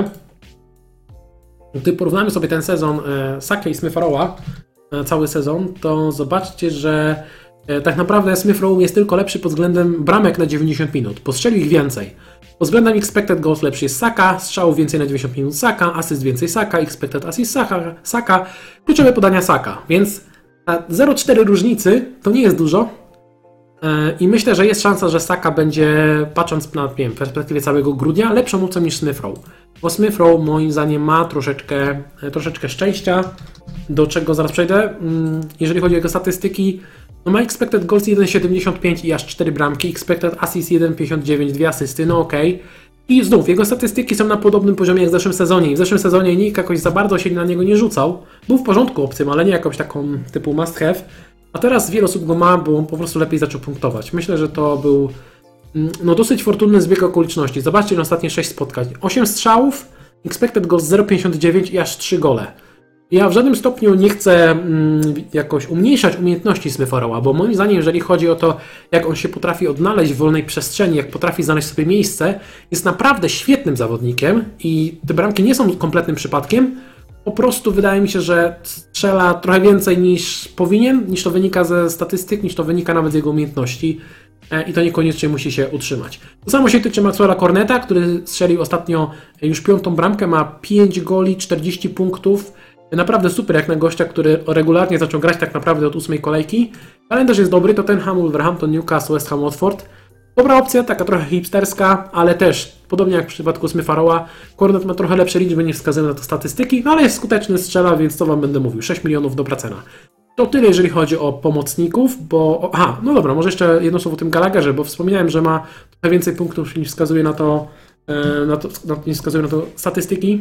Gdy porównamy sobie ten sezon e, Saka i Smitha Rowe'a, e, cały sezon, to zobaczcie, że e, tak naprawdę Smith Rowe jest tylko lepszy pod względem bramek na dziewięćdziesiąt minut. Postrzelił ich więcej. Pod względem expected goals lepszy jest Saka, strzałów więcej na dziewięćdziesiąt minut Saka, asyst więcej Saka, expected assist Saka, Saka, kluczowe podania Saka. Więc zero przecinek cztery różnicy to nie jest dużo. E, I myślę, że jest szansa, że Saka będzie, patrząc na, nie wiem, w perspektywie całego grudnia, lepszą opcją niż Smith Rowe. Bo Smith Rowe moim zdaniem ma troszeczkę, troszeczkę szczęścia, do czego zaraz przejdę. Jeżeli chodzi o jego statystyki, no ma expected goals jeden przecinek siedemdziesiąt pięć i aż cztery bramki, expected assist jeden przecinek pięćdziesiąt dziewięć, dwie asysty, no okej. Okay. I znów, jego statystyki są na podobnym poziomie jak w zeszłym sezonie. I w zeszłym sezonie nikt jakoś za bardzo się na niego nie rzucał. Był w porządku opcją, ale nie jakąś taką typu must have. A teraz wiele osób go ma, bo on po prostu lepiej zaczął punktować. Myślę, że to był no dosyć fortunny zbieg okoliczności. Zobaczcie na ostatnie sześć spotkań. osiem strzałów, expected goals zero przecinek pięćdziesiąt dziewięć i aż trzy gole. Ja w żadnym stopniu nie chcę mm, jakoś umniejszać umiejętności Smitha Rowe'a, bo moim zdaniem, jeżeli chodzi o to, jak on się potrafi odnaleźć w wolnej przestrzeni, jak potrafi znaleźć sobie miejsce, jest naprawdę świetnym zawodnikiem i te bramki nie są kompletnym przypadkiem. Po prostu wydaje mi się, że strzela trochę więcej niż powinien, niż to wynika ze statystyk, niż to wynika nawet z jego umiejętności. I to niekoniecznie musi się utrzymać. To samo się tyczy Maxwella Corneta, który strzelił ostatnio już piątą bramkę, ma pięć goli, czterdzieści punktów. Naprawdę super jak na gościa, który regularnie zaczął grać tak naprawdę od ósmej kolejki. Kalendarz jest dobry, Tottenham, Wolverhampton, Newcastle, West Ham, Watford. Dobra opcja, taka trochę hipsterska, ale też, podobnie jak w przypadku Smith Rowe'a, Cornet ma trochę lepsze liczby, nie wskazują na to statystyki, no ale jest skuteczny, strzela, więc co wam będę mówił, sześć milionów dobra cena. To tyle, jeżeli chodzi o pomocników, bo... Aha, no dobra, może jeszcze jedno słowo o tym Gallagherze, bo wspomniałem, że ma trochę więcej punktów niż wskazuje na to, na to, niż wskazuje na to statystyki,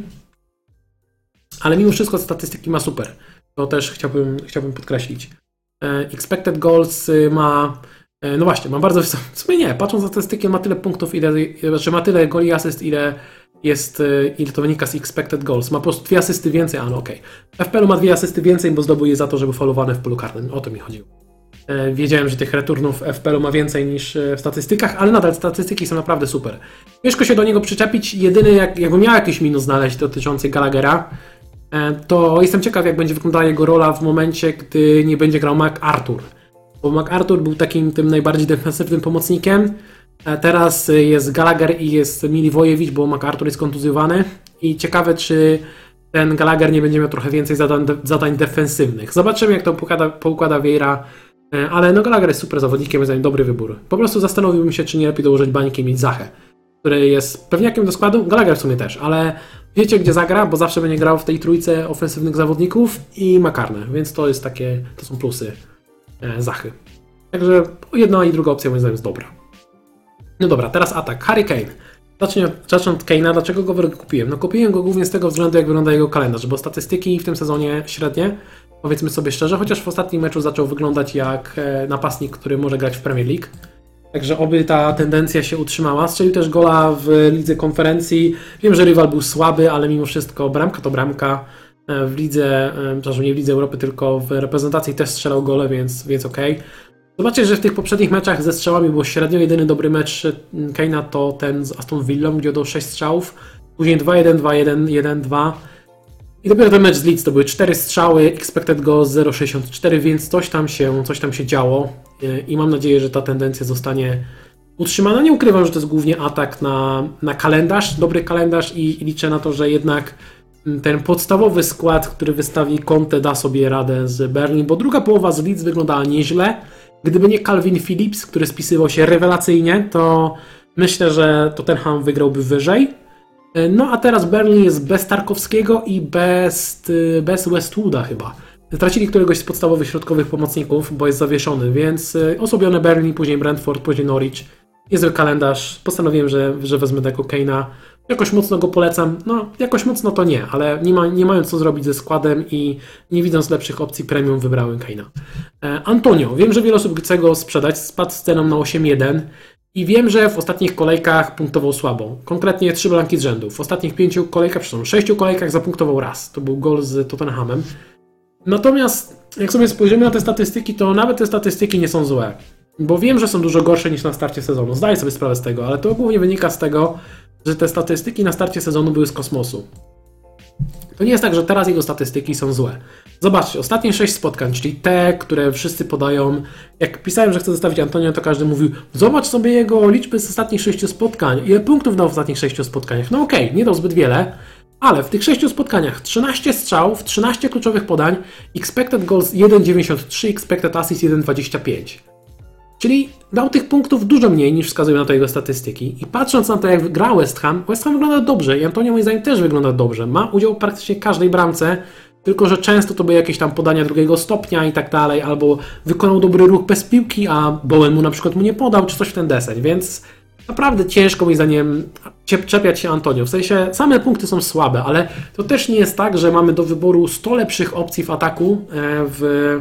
ale mimo wszystko statystyki ma super. To też chciałbym, chciałbym podkreślić. Expected goals ma... No właśnie, ma bardzo wysokie... W sumie nie, patrząc na statystyki, ma tyle punktów, ile... Znaczy ma tyle goli asyst, ile... jest, ile to wynika z expected goals. Ma po prostu dwie asysty więcej, ale okej. Okay. W F P L-u ma dwie asysty więcej, bo zdobył je za to, że był faulowany w polu karnym. O to mi chodziło. Wiedziałem, że tych returnów w F P L-u ma więcej niż w statystykach, ale nadal statystyki są naprawdę super. Ciężko się do niego przyczepić. Jedyny, jak, jakbym miał jakiś minus znaleźć dotyczący Gallaghera, to jestem ciekaw, jak będzie wyglądała jego rola w momencie, gdy nie będzie grał MacArthur. Bo MacArthur był takim tym najbardziej defensywnym pomocnikiem. Teraz jest Gallagher i jest Miliwojewicz, bo MacArthur jest kontuzjowany. I ciekawe, czy ten Gallagher nie będzie miał trochę więcej zadań, zadań defensywnych. Zobaczymy, jak to poukłada, poukłada Vieira. Ale no Gallagher jest super zawodnikiem, jest dobry wybór. Po prostu zastanowiłbym się, czy nie lepiej dołożyć bańki i mieć Zachę, który jest pewniakiem do składu. Gallagher w sumie też, ale wiecie, gdzie zagra, bo zawsze będzie grał w tej trójce ofensywnych zawodników i McCartney, więc to jest takie, to są plusy Zachy. Także jedna i druga opcja moim zdaniem jest dobra. No dobra, teraz atak. Harry Kane. Zacznę, zacznę od Kane'a. Dlaczego go kupiłem? No kupiłem go głównie z tego względu, jak wygląda jego kalendarz, bo statystyki w tym sezonie średnie, powiedzmy sobie szczerze, chociaż w ostatnim meczu zaczął wyglądać jak napastnik, który może grać w Premier League. Także oby ta tendencja się utrzymała. Strzelił też gola w lidze konferencji. Wiem, że rywal był słaby, ale mimo wszystko bramka to bramka. W lidze, przepraszam, nie w lidze Europy, tylko w reprezentacji też strzelał gole, więc, więc okej. Okay. Zobaczcie, że w tych poprzednich meczach ze strzałami było średnio. Jedyny dobry mecz Kane'a to ten z Aston Villą, gdzie oddał sześć strzałów. Później dwa jeden, dwa jeden, jeden dwa. I dopiero ten mecz z Leeds to były cztery strzały, expected goals zero przecinek sześćdziesiąt cztery, więc coś tam się, coś tam się działo. I mam nadzieję, że ta tendencja zostanie utrzymana. Nie ukrywam, że to jest głównie atak na, na kalendarz, dobry kalendarz i, i liczę na to, że jednak ten podstawowy skład, który wystawi Conte, da sobie radę z Burnley, bo druga połowa z Leeds wyglądała nieźle. Gdyby nie Calvin Phillips, który spisywał się rewelacyjnie, to myślę, że Tottenham wygrałby wyżej. No a teraz Burnley jest bez Tarkowskiego i bez, bez Westwooda chyba. Tracili któregoś z podstawowych środkowych pomocników, bo jest zawieszony, więc osłabione Burnley, później Brentford, później Norwich. Niezły kalendarz. Postanowiłem, że, że wezmę tego Kane'a. Jakoś mocno go polecam. No, jakoś mocno to nie, ale nie, ma, nie mając co zrobić ze składem i nie widząc lepszych opcji premium, wybrałem Kane'a. E, Antonio. Wiem, że wiele osób chce go sprzedać. Spadł z ceną na osiem jeden. I wiem, że w ostatnich kolejkach punktował słabo. Konkretnie trzy bramki z rzędu. W ostatnich pięciu kolejkach, przepraszam, sześciu kolejkach zapunktował raz. To był gol z Tottenhamem. Natomiast jak sobie spojrzymy na te statystyki, to nawet te statystyki nie są złe. Bo wiem, że są dużo gorsze niż na starcie sezonu. Zdaję sobie sprawę z tego, ale to głównie wynika z tego, że te statystyki na starcie sezonu były z kosmosu. To nie jest tak, że teraz jego statystyki są złe. Zobaczcie, ostatnie sześć spotkań, czyli te, które wszyscy podają. Jak pisałem, że chcę zostawić Antonio, to każdy mówił: zobacz sobie jego liczby z ostatnich sześciu spotkań. Ile punktów dał w ostatnich sześciu spotkaniach? No okej, okay, nie dał zbyt wiele, ale w tych sześciu spotkaniach trzynaście strzałów, trzynaście kluczowych podań, expected goals jeden przecinek dziewięćdziesiąt trzy, expected assist jeden przecinek dwadzieścia pięć. Czyli dał tych punktów dużo mniej niż wskazują na to jego statystyki. I patrząc na to, jak gra West Ham, West Ham wygląda dobrze i Antonio moim zdaniem też wygląda dobrze. Ma udział w praktycznie każdej bramce, tylko że często to były jakieś tam podania drugiego stopnia i tak dalej, albo wykonał dobry ruch bez piłki, a Bowen mu na przykład mu nie podał, czy coś w ten deseń, więc naprawdę ciężko moim zdaniem czepiać się Antonio. W sensie same punkty są słabe, ale to też nie jest tak, że mamy do wyboru sto lepszych opcji w ataku w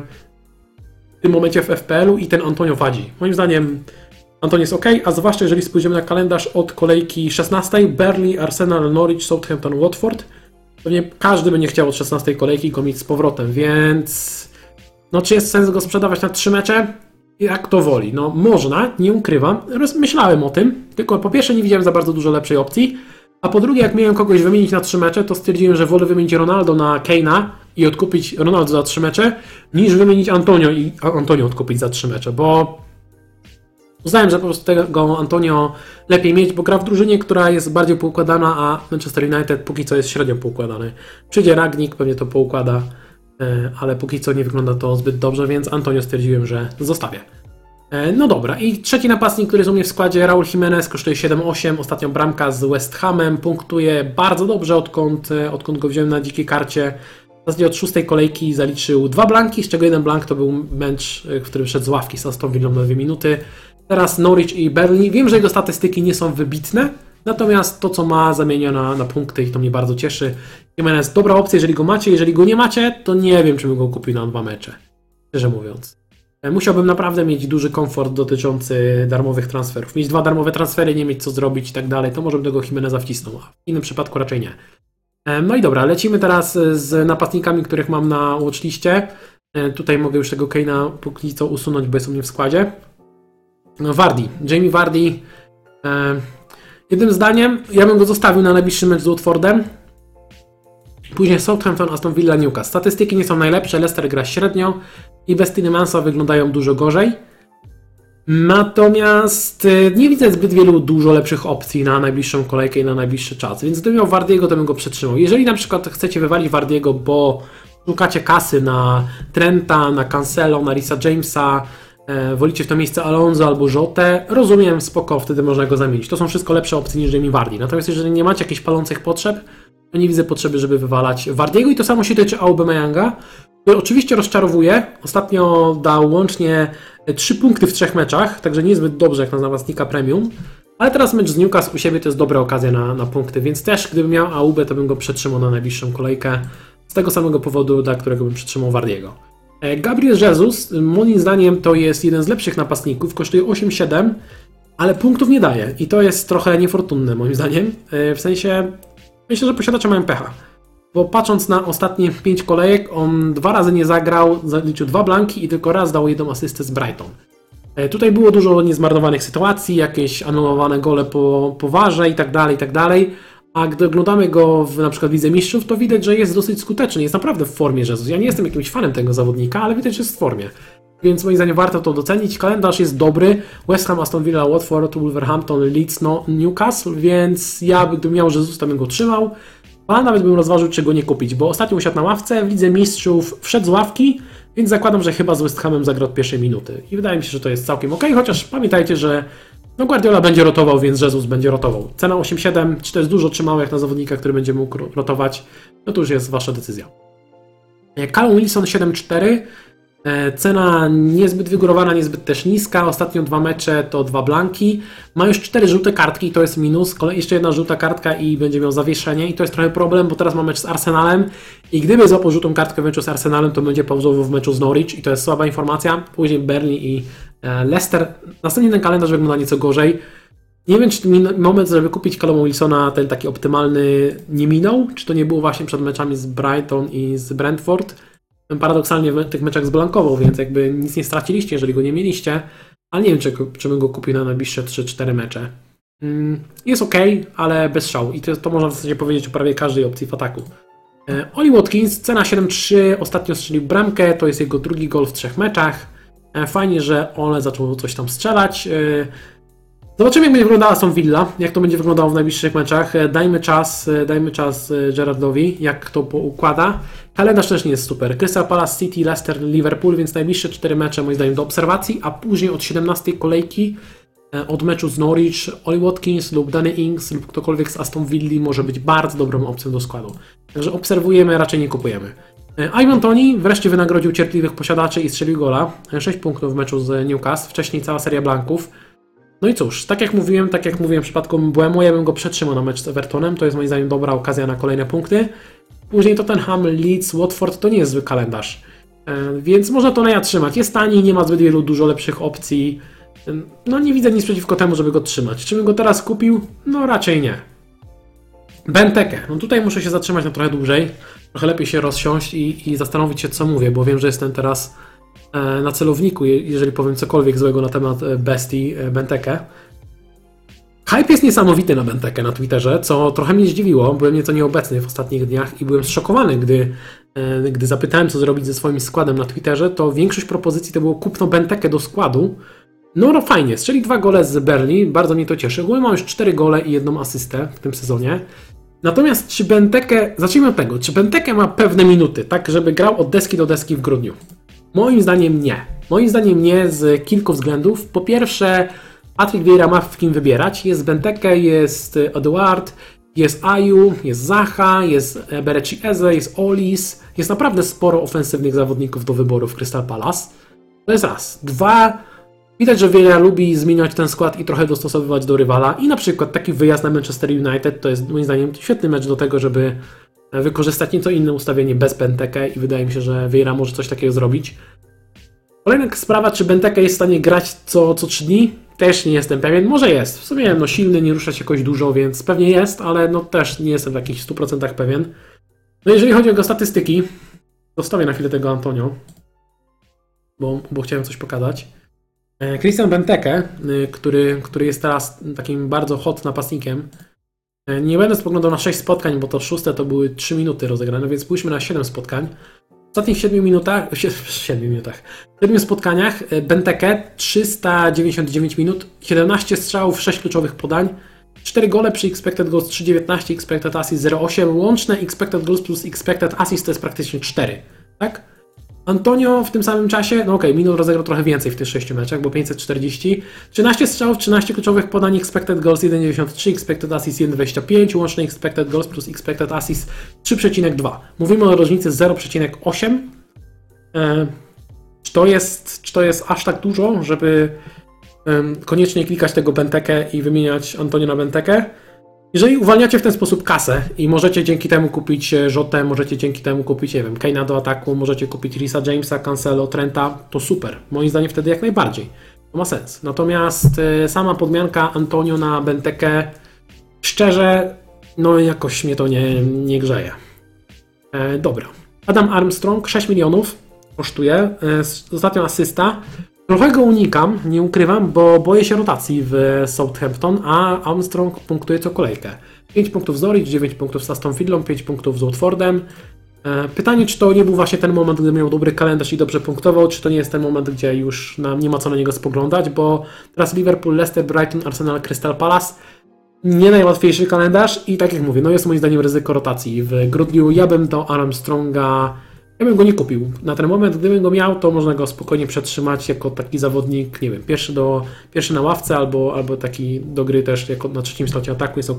w tym momencie w F P L-u i ten Antonio wadzi. Moim zdaniem Antonio jest ok, a zwłaszcza jeżeli spojrzymy na kalendarz od kolejki szesnastej, Burnley, Arsenal, Norwich, Southampton, Watford. Pewnie każdy będzie chciał od szesnastej kolejki go mieć z powrotem, więc no czy jest sens go sprzedawać na trzy mecze? Jak to woli. No można, nie ukrywam. Myślałem o tym, tylko po pierwsze nie widziałem za bardzo dużo lepszej opcji, a po drugie jak miałem kogoś wymienić na trzy mecze, to stwierdziłem, że wolę wymienić Ronaldo na Kane'a i odkupić Ronaldo za trzy mecze, niż wymienić Antonio i Antonio odkupić za trzy mecze, bo uznałem, że po prostu tego Antonio lepiej mieć, bo gra w drużynie, która jest bardziej poukładana, a Manchester United póki co jest średnio poukładany. Przyjdzie Ragnik, pewnie to poukłada, ale póki co nie wygląda to zbyt dobrze, więc Antonio stwierdziłem, że zostawię. No dobra, i trzeci napastnik, który jest u mnie w składzie, Raul Jimenez, kosztuje siedem osiem, ostatnią bramka z West Hamem, punktuje bardzo dobrze, odkąd, odkąd go wziąłem na dzikiej karcie. W zasadzie od szóstej kolejki zaliczył dwa blanki, z czego jeden blank to był mecz, w którym szedł z ławki z Aston Villą na dwie minuty. Teraz Norwich i Burnley. Wiem, że jego statystyki nie są wybitne, natomiast to, co ma, zamienia na, na punkty i to mnie bardzo cieszy. Jimenez, dobra opcja, jeżeli go macie. Jeżeli go nie macie, to nie wiem, czy bym go kupił na dwa mecze, szczerze mówiąc. Musiałbym naprawdę mieć duży komfort dotyczący darmowych transferów. Mieć dwa darmowe transfery, nie mieć co zrobić i tak dalej, to może bym tego Jimeneza wcisnął, a w innym przypadku raczej nie. No i dobra, lecimy teraz z napastnikami, których mam na watchliście. Tutaj mogę już tego Kane'a póki co usunąć, bo jest u mnie w składzie. No, Vardy, Jamie Vardy. E, jednym zdaniem, ja bym go zostawił na najbliższy mecz z Watfordem. Później Southampton, Aston Villa, Newcastle. Statystyki nie są najlepsze, Leicester gra średnio i bez Tielemанса wyglądają dużo gorzej. Natomiast nie widzę zbyt wielu dużo lepszych opcji na najbliższą kolejkę i na najbliższy czas, więc gdybym miał Vardy'ego, to bym go przetrzymał. Jeżeli na przykład chcecie wywalić Vardy'ego, bo szukacie kasy na Trenta, na Cancelo, na Reesa Jamesa, e, wolicie w to miejsce Alonso albo Jotę, rozumiem, spoko, wtedy można go zamienić. To są wszystko lepsze opcje niż Jamie Vardy. Natomiast jeżeli nie macie jakichś palących potrzeb, to nie widzę potrzeby, żeby wywalać Vardy'ego i to samo się tyczy Aubameyanga, który oczywiście rozczarowuje. Ostatnio dał łącznie trzy punkty w trzech meczach, także niezbyt dobrze jak na napastnika premium. Ale teraz mecz z Newcastle u siebie to jest dobra okazja na, na punkty, więc też gdybym miał Aubę, to bym go przetrzymał na najbliższą kolejkę. Z tego samego powodu, dla którego bym przetrzymał Vardy'ego. Gabriel Jesus, moim zdaniem to jest jeden z lepszych napastników, kosztuje osiem siedem, ale punktów nie daje i to jest trochę niefortunne moim zdaniem. W sensie, myślę, że posiadacze mają pecha. Bo patrząc na ostatnie pięć kolejek, on dwa razy nie zagrał, zaliczył dwa blanki i tylko raz dał jedną asystę z Brighton. Tutaj było dużo niezmarnowanych sytuacji, jakieś anulowane gole po, po warze i tak dalej, i tak dalej. A gdy oglądamy go w na przykład Lidze Mistrzów, to widać, że jest dosyć skuteczny, jest naprawdę w formie Jesus. Ja nie jestem jakimś fanem tego zawodnika, ale widać, że jest w formie. Więc moim zdaniem warto to docenić. Kalendarz jest dobry. West Ham, Aston Villa, Watford, Wolverhampton, Leeds, no, Newcastle, więc ja gdybym miał Jesus, to bym go trzymał. A nawet bym rozważył, czy go nie kupić, bo ostatnio usiadł na ławce, w Lidze Mistrzów wszedł z ławki, więc zakładam, że chyba z West Hamem zagra od pierwszej minuty. I wydaje mi się, że to jest całkiem ok, chociaż pamiętajcie, że no Guardiola będzie rotował, więc Jesus będzie rotował. Cena osiem siedem, czy to jest dużo, czy mało jak na zawodnika, który będzie mógł rotować, no to już jest wasza decyzja. Callum Wilson siedem cztery, cena niezbyt wygórowana, niezbyt też niska. Ostatnio dwa mecze to dwa blanki. Ma już cztery żółte kartki, to jest minus. Jeszcze jedna żółta kartka i będzie miał zawieszenie. I to jest trochę problem, bo teraz ma mecz z Arsenalem. I gdyby złapał żółtą kartkę w meczu z Arsenalem, to będzie pauzował w meczu z Norwich. I to jest słaba informacja. Później Burnley i Leicester. Następnie ten kalendarz wygląda nieco gorzej. Nie wiem, czy ten moment, żeby kupić Calluma Wilsona, ten taki optymalny, nie minął. Czy to nie było właśnie przed meczami z Brighton i z Brentford. Paradoksalnie w tych meczach zblankował, więc jakby nic nie straciliście, jeżeli go nie mieliście, ale nie wiem, czy, czy bym go kupił na najbliższe trzy cztery mecze. Jest ok, ale bez szału i to, to można w zasadzie powiedzieć o prawie każdej opcji w ataku. Oli Watkins, cena siedem trzy, ostatnio strzelił bramkę, to jest jego drugi gol w trzech meczach. Fajnie, że Ole zaczął coś tam strzelać. Zobaczymy, jak będzie wyglądała Aston Villa, jak to będzie wyglądało w najbliższych meczach. Dajmy czas, dajmy czas Gerrardowi, jak to poukłada. Kalendarz też nie jest super. Crystal Palace, City, Leicester, Liverpool, więc najbliższe cztery mecze moim zdaniem do obserwacji, a później od siedemnastej kolejki, od meczu z Norwich, Oli Watkins lub Danny Ings lub ktokolwiek z Aston Villa może być bardzo dobrą opcją do składu. Także obserwujemy, raczej nie kupujemy. Ivan Toney wreszcie wynagrodził cierpliwych posiadaczy i strzelił gola. sześć punktów w meczu z Newcastle, wcześniej cała seria blanków. No i cóż, tak jak mówiłem, tak jak mówiłem w przypadku Mbeumo, ja bym go przetrzymał na mecz z Evertonem, to jest moim zdaniem dobra okazja na kolejne punkty. Później Tottenham, Leeds, Watford to nie jest zły kalendarz, więc można to Toneya trzymać. Jest tani, nie ma zbyt wielu dużo lepszych opcji, no nie widzę nic przeciwko temu, żeby go trzymać. Czy bym go teraz kupił? No raczej nie. Benteke, no tutaj muszę się zatrzymać na trochę dłużej, trochę lepiej się rozsiąść i, i zastanowić się, co mówię, bo wiem, że jestem teraz na celowniku, jeżeli powiem cokolwiek złego na temat bestii Benteke. Hype jest niesamowity na Bentekę na Twitterze, co trochę mnie zdziwiło. Byłem nieco nieobecny w ostatnich dniach i byłem zszokowany, gdy, e, gdy zapytałem, co zrobić ze swoim składem na Twitterze, to większość propozycji to było kupno Bentekę do składu. No, no fajnie, strzeli dwa gole z Burnley, bardzo mnie to cieszy. Ogólnie ma już cztery gole i jedną asystę w tym sezonie. Natomiast czy Bentekę, zacznijmy od tego, czy Bentekę ma pewne minuty, tak żeby grał od deski do deski w grudniu? Moim zdaniem nie. Moim zdaniem nie z kilku względów. Po pierwsze, Patrick Vieira ma w kim wybierać. Jest Benteke, jest Eduard, jest Aju, jest Zaha, jest Berechi Eze, jest Olis. Jest naprawdę sporo ofensywnych zawodników do wyboru w Crystal Palace. To jest raz. Dwa, widać, że Vieira lubi zmieniać ten skład i trochę dostosowywać do rywala. I na przykład taki wyjazd na Manchester United to jest moim zdaniem świetny mecz do tego, żeby wykorzystać nieco inne ustawienie bez Benteke i wydaje mi się, że Vieira może coś takiego zrobić. Kolejna sprawa, czy Benteke jest w stanie grać co, co trzy dni? Też nie jestem pewien. Może jest. W sumie no, silny, nie rusza się jakoś dużo, więc pewnie jest, ale no też nie jestem w jakichś stu procentach pewien. No jeżeli chodzi o jego statystyki, zostawię na chwilę tego Antonio, bo, bo chciałem coś pokazać. Christian Benteke, który, który jest teraz takim bardzo hot napastnikiem. Nie będę spoglądał na sześć spotkań, bo to szóste to były trzy minuty rozegrane, więc spójrzmy na siedem spotkań. W ostatnich siedmiu minutach, siedmiu minutach, w siedmiu spotkaniach Benteke trzysta dziewięćdziesiąt dziewięć minut, siedemnaście strzałów, sześć kluczowych podań, cztery gole przy expected goals trzy dziewiętnaście, expected assist zero osiem, łączne expected goals plus expected assist to jest praktycznie cztery, tak? Antonio w tym samym czasie, no okej, okay, minut rozegrał trochę więcej w tych sześciu meczach, bo pięćset czterdzieści, trzynaście strzałów, trzynaście kluczowych podań, expected goals jeden przecinek dziewięćdziesiąt trzy, expected assist jeden przecinek dwadzieścia pięć, łączny expected goals plus expected assist trzy przecinek dwa. Mówimy o różnicy zero przecinek osiem. E, czy, to jest, czy to jest aż tak dużo, żeby e, koniecznie klikać tego Bentekę i wymieniać Antonio na Bentekę? Jeżeli uwalniacie w ten sposób kasę i możecie dzięki temu kupić Jotę, możecie dzięki temu kupić, nie wiem, Kane'a do ataku, możecie kupić Reesa Jamesa, Cancelo, Trenta, to super. Moim zdaniem wtedy jak najbardziej. To ma sens. Natomiast y, sama podmianka Antonio na Bentekę, szczerze, no jakoś mnie to nie, nie grzeje. E, dobra. Adam Armstrong, sześć milionów kosztuje. E, ostatnio asysta. Trochę go unikam, nie ukrywam, bo boję się rotacji w Southampton, a Armstrong punktuje co kolejkę. pięć punktów z Norwich, dziewięć punktów z Aston Villą, pięć punktów z Watfordem. Pytanie, czy to nie był właśnie ten moment, gdy miał dobry kalendarz i dobrze punktował, czy to nie jest ten moment, gdzie już nam nie ma co na niego spoglądać, bo teraz Liverpool, Leicester, Brighton, Arsenal, Crystal Palace. Nie najłatwiejszy kalendarz i tak jak mówię, no jest moim zdaniem ryzyko rotacji. W grudniu ja bym do Armstronga... Ja bym go nie kupił. Na ten moment, gdybym go miał, to można go spokojnie przetrzymać jako taki zawodnik, nie wiem, pierwszy, do, pierwszy na ławce albo, albo taki do gry też jako na trzecim slocie ataku jest ok.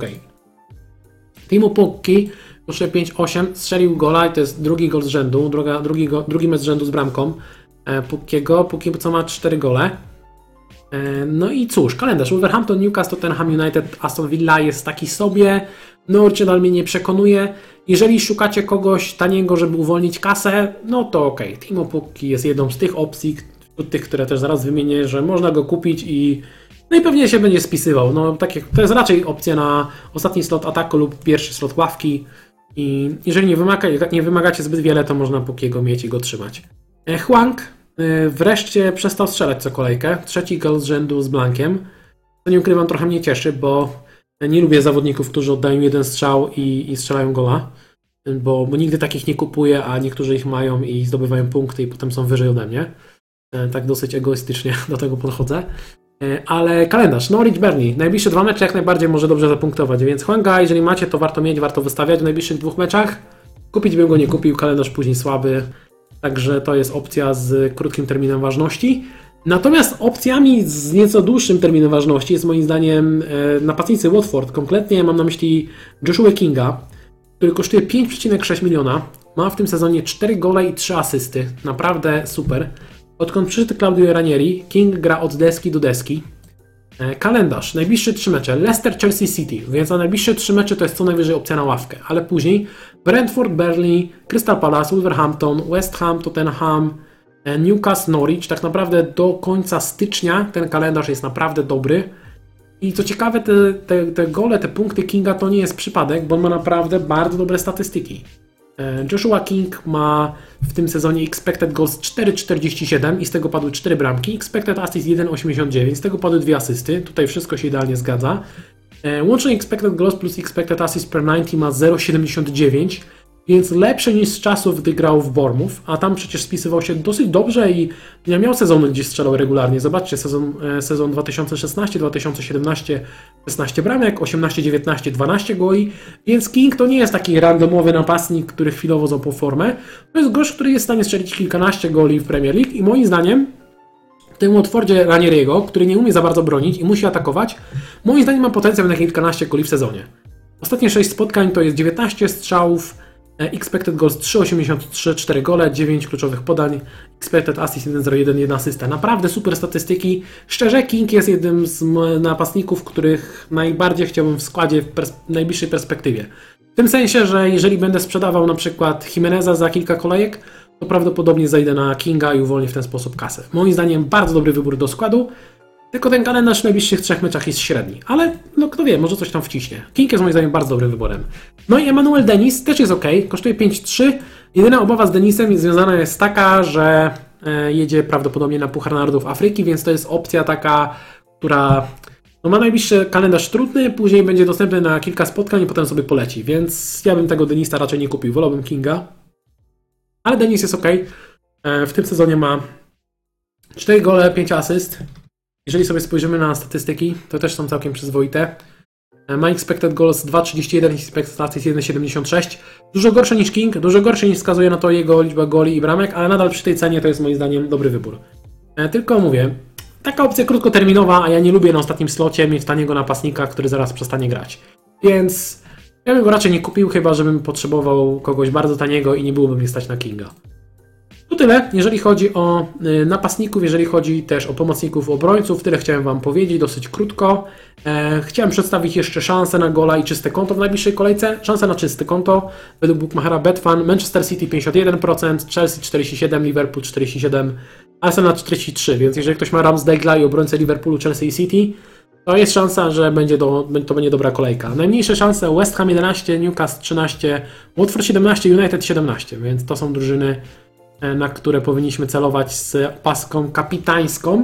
Timo Pukki kosztuje pięć osiem, strzelił gola i to jest drugi gol z rzędu, druga, drugi, go, drugi mecz z rzędu z bramką e, Pukkiego. Pukki co ma cztery gole. E, no i cóż, kalendarz Wolverhampton, Newcastle, Tottenham United, Aston Villa jest taki sobie. Norwich nadal mnie nie przekonuje. Jeżeli szukacie kogoś taniego, żeby uwolnić kasę, no to okej. Okay. Timo Pukki jest jedną z tych opcji, wśród tych, które też zaraz wymienię, że można go kupić i no i pewnie się będzie spisywał. No, tak jak, to jest raczej opcja na ostatni slot ataku lub pierwszy slot ławki i jeżeli nie, wymaga, nie wymagacie zbyt wiele, to można Pukkiego mieć i go trzymać. Hwang wreszcie przestał strzelać co kolejkę. Trzeci gol z rzędu z blankiem. To nie ukrywam, trochę mnie cieszy, bo nie lubię zawodników, którzy oddają jeden strzał i, i strzelają gola, bo, bo nigdy takich nie kupuję, a niektórzy ich mają i zdobywają punkty i potem są wyżej ode mnie. Tak dosyć egoistycznie do tego podchodzę. Ale kalendarz, Norwich, Burnley, najbliższe dwa mecze jak najbardziej może dobrze zapunktować, więc Hwanga, jeżeli macie, to warto mieć, warto wystawiać w najbliższych dwóch meczach. Kupić bym go nie kupił, kalendarz później słaby, także to jest opcja z krótkim terminem ważności. Natomiast opcjami z nieco dłuższym terminem ważności jest moim zdaniem napastnicy Watford. Konkretnie mam na myśli Joshua Kinga, który kosztuje pięć przecinek sześć miliona. Ma w tym sezonie cztery gole i trzy asysty. Naprawdę super. Odkąd przyszedł Claudio Ranieri, King gra od deski do deski. Kalendarz. Najbliższe trzy mecze. Leicester, Chelsea, City. Więc na najbliższe trzy mecze to jest co najwyżej opcja na ławkę. Ale później Brentford, Burnley, Crystal Palace, Wolverhampton, West Ham, Tottenham, Newcastle, Norwich. Tak naprawdę do końca stycznia ten kalendarz jest naprawdę dobry. I co ciekawe, te, te, te gole, te punkty Kinga to nie jest przypadek, bo on ma naprawdę bardzo dobre statystyki. Joshua King ma w tym sezonie expected goals cztery przecinek czterdzieści siedem i z tego padły cztery bramki, expected assist jeden przecinek osiemdziesiąt dziewięć, z tego padły dwie asysty, tutaj wszystko się idealnie zgadza. Łączny expected goals plus expected assists per dziewięćdziesiąt ma zero przecinek siedemdziesiąt dziewięć, więc lepsze niż z czasów, gdy grał w Bournemouth, a tam przecież spisywał się dosyć dobrze i nie miał sezonu, gdzie strzelał regularnie. Zobaczcie, sezon, sezon dwa tysiące szesnasty dwa tysiące siedemnasty szesnaście bramek, osiemnaście dziewiętnaście dwanaście goli, więc King to nie jest taki randomowy napastnik, który chwilowo złapał formę. To jest gość, który jest w stanie strzelić kilkanaście goli w Premier League i moim zdaniem w tym Watfordzie Ranieriego, który nie umie za bardzo bronić i musi atakować, moim zdaniem ma potencjał na kilkanaście goli w sezonie. Ostatnie sześć spotkań to jest dziewiętnaście strzałów, expected goals trzy przecinek osiemdziesiąt trzy, cztery gole, dziewięć kluczowych podań, expected assist jeden przecinek zero jeden, jedna asysta. Naprawdę super statystyki. Szczerze, King jest jednym z napastników, których najbardziej chciałbym w składzie w pers- najbliższej perspektywie. W tym sensie, że jeżeli będę sprzedawał na przykład Jimeneza za kilka kolejek, to prawdopodobnie zajdę na Kinga i uwolnię w ten sposób kasę. Moim zdaniem bardzo dobry wybór do składu, tylko ten kalendarz w najbliższych trzech meczach jest średni, ale no kto wie, może coś tam wciśnie. King jest moim zdaniem bardzo dobrym wyborem. No i Emmanuel Dennis też jest ok, kosztuje pięć trzy. Jedyna obawa z Denisem związana jest taka, że e, jedzie prawdopodobnie na Puchar Narodów Afryki, więc to jest opcja taka, która no, ma najbliższy kalendarz trudny, później będzie dostępny na kilka spotkań i potem sobie poleci, więc ja bym tego Denisa raczej nie kupił, wolałbym Kinga. Ale Denis jest ok. E, w tym sezonie ma cztery gole, pięć asyst. Jeżeli sobie spojrzymy na statystyki, to też są całkiem przyzwoite. Ma expected goals dwa przecinek trzydzieści jeden, expected assists jeden przecinek siedemdziesiąt sześć. Dużo gorsze niż King, dużo gorsze niż wskazuje na to jego liczba goli i bramek, ale nadal przy tej cenie to jest moim zdaniem dobry wybór. Tylko mówię, taka opcja krótkoterminowa, a ja nie lubię na ostatnim slocie mieć taniego napastnika, który zaraz przestanie grać. Więc ja bym go raczej nie kupił, chyba żebym potrzebował kogoś bardzo taniego i nie byłoby mnie stać na Kinga. To tyle, jeżeli chodzi o napastników, jeżeli chodzi też o pomocników, obrońców. Tyle chciałem Wam powiedzieć, dosyć krótko. E, chciałem przedstawić jeszcze szansę na gola i czyste konto w najbliższej kolejce. Szansa na czyste konto według bookmachera Betfan. Manchester City pięćdziesiąt jeden procent, Chelsea czterdzieści siedem procent, Liverpool czterdzieści siedem procent, Arsenal czterdzieści trzy procent. Więc jeżeli ktoś ma Ramsdale'a i obrońcę Liverpoolu, Chelsea i City, to jest szansa, że będzie do, to będzie dobra kolejka. Najmniejsze szanse West Ham jedenaście, Newcastle trzynaście, Watford siedemnaście, United siedemnaście. Więc to są drużyny, na które powinniśmy celować z paską kapitańską.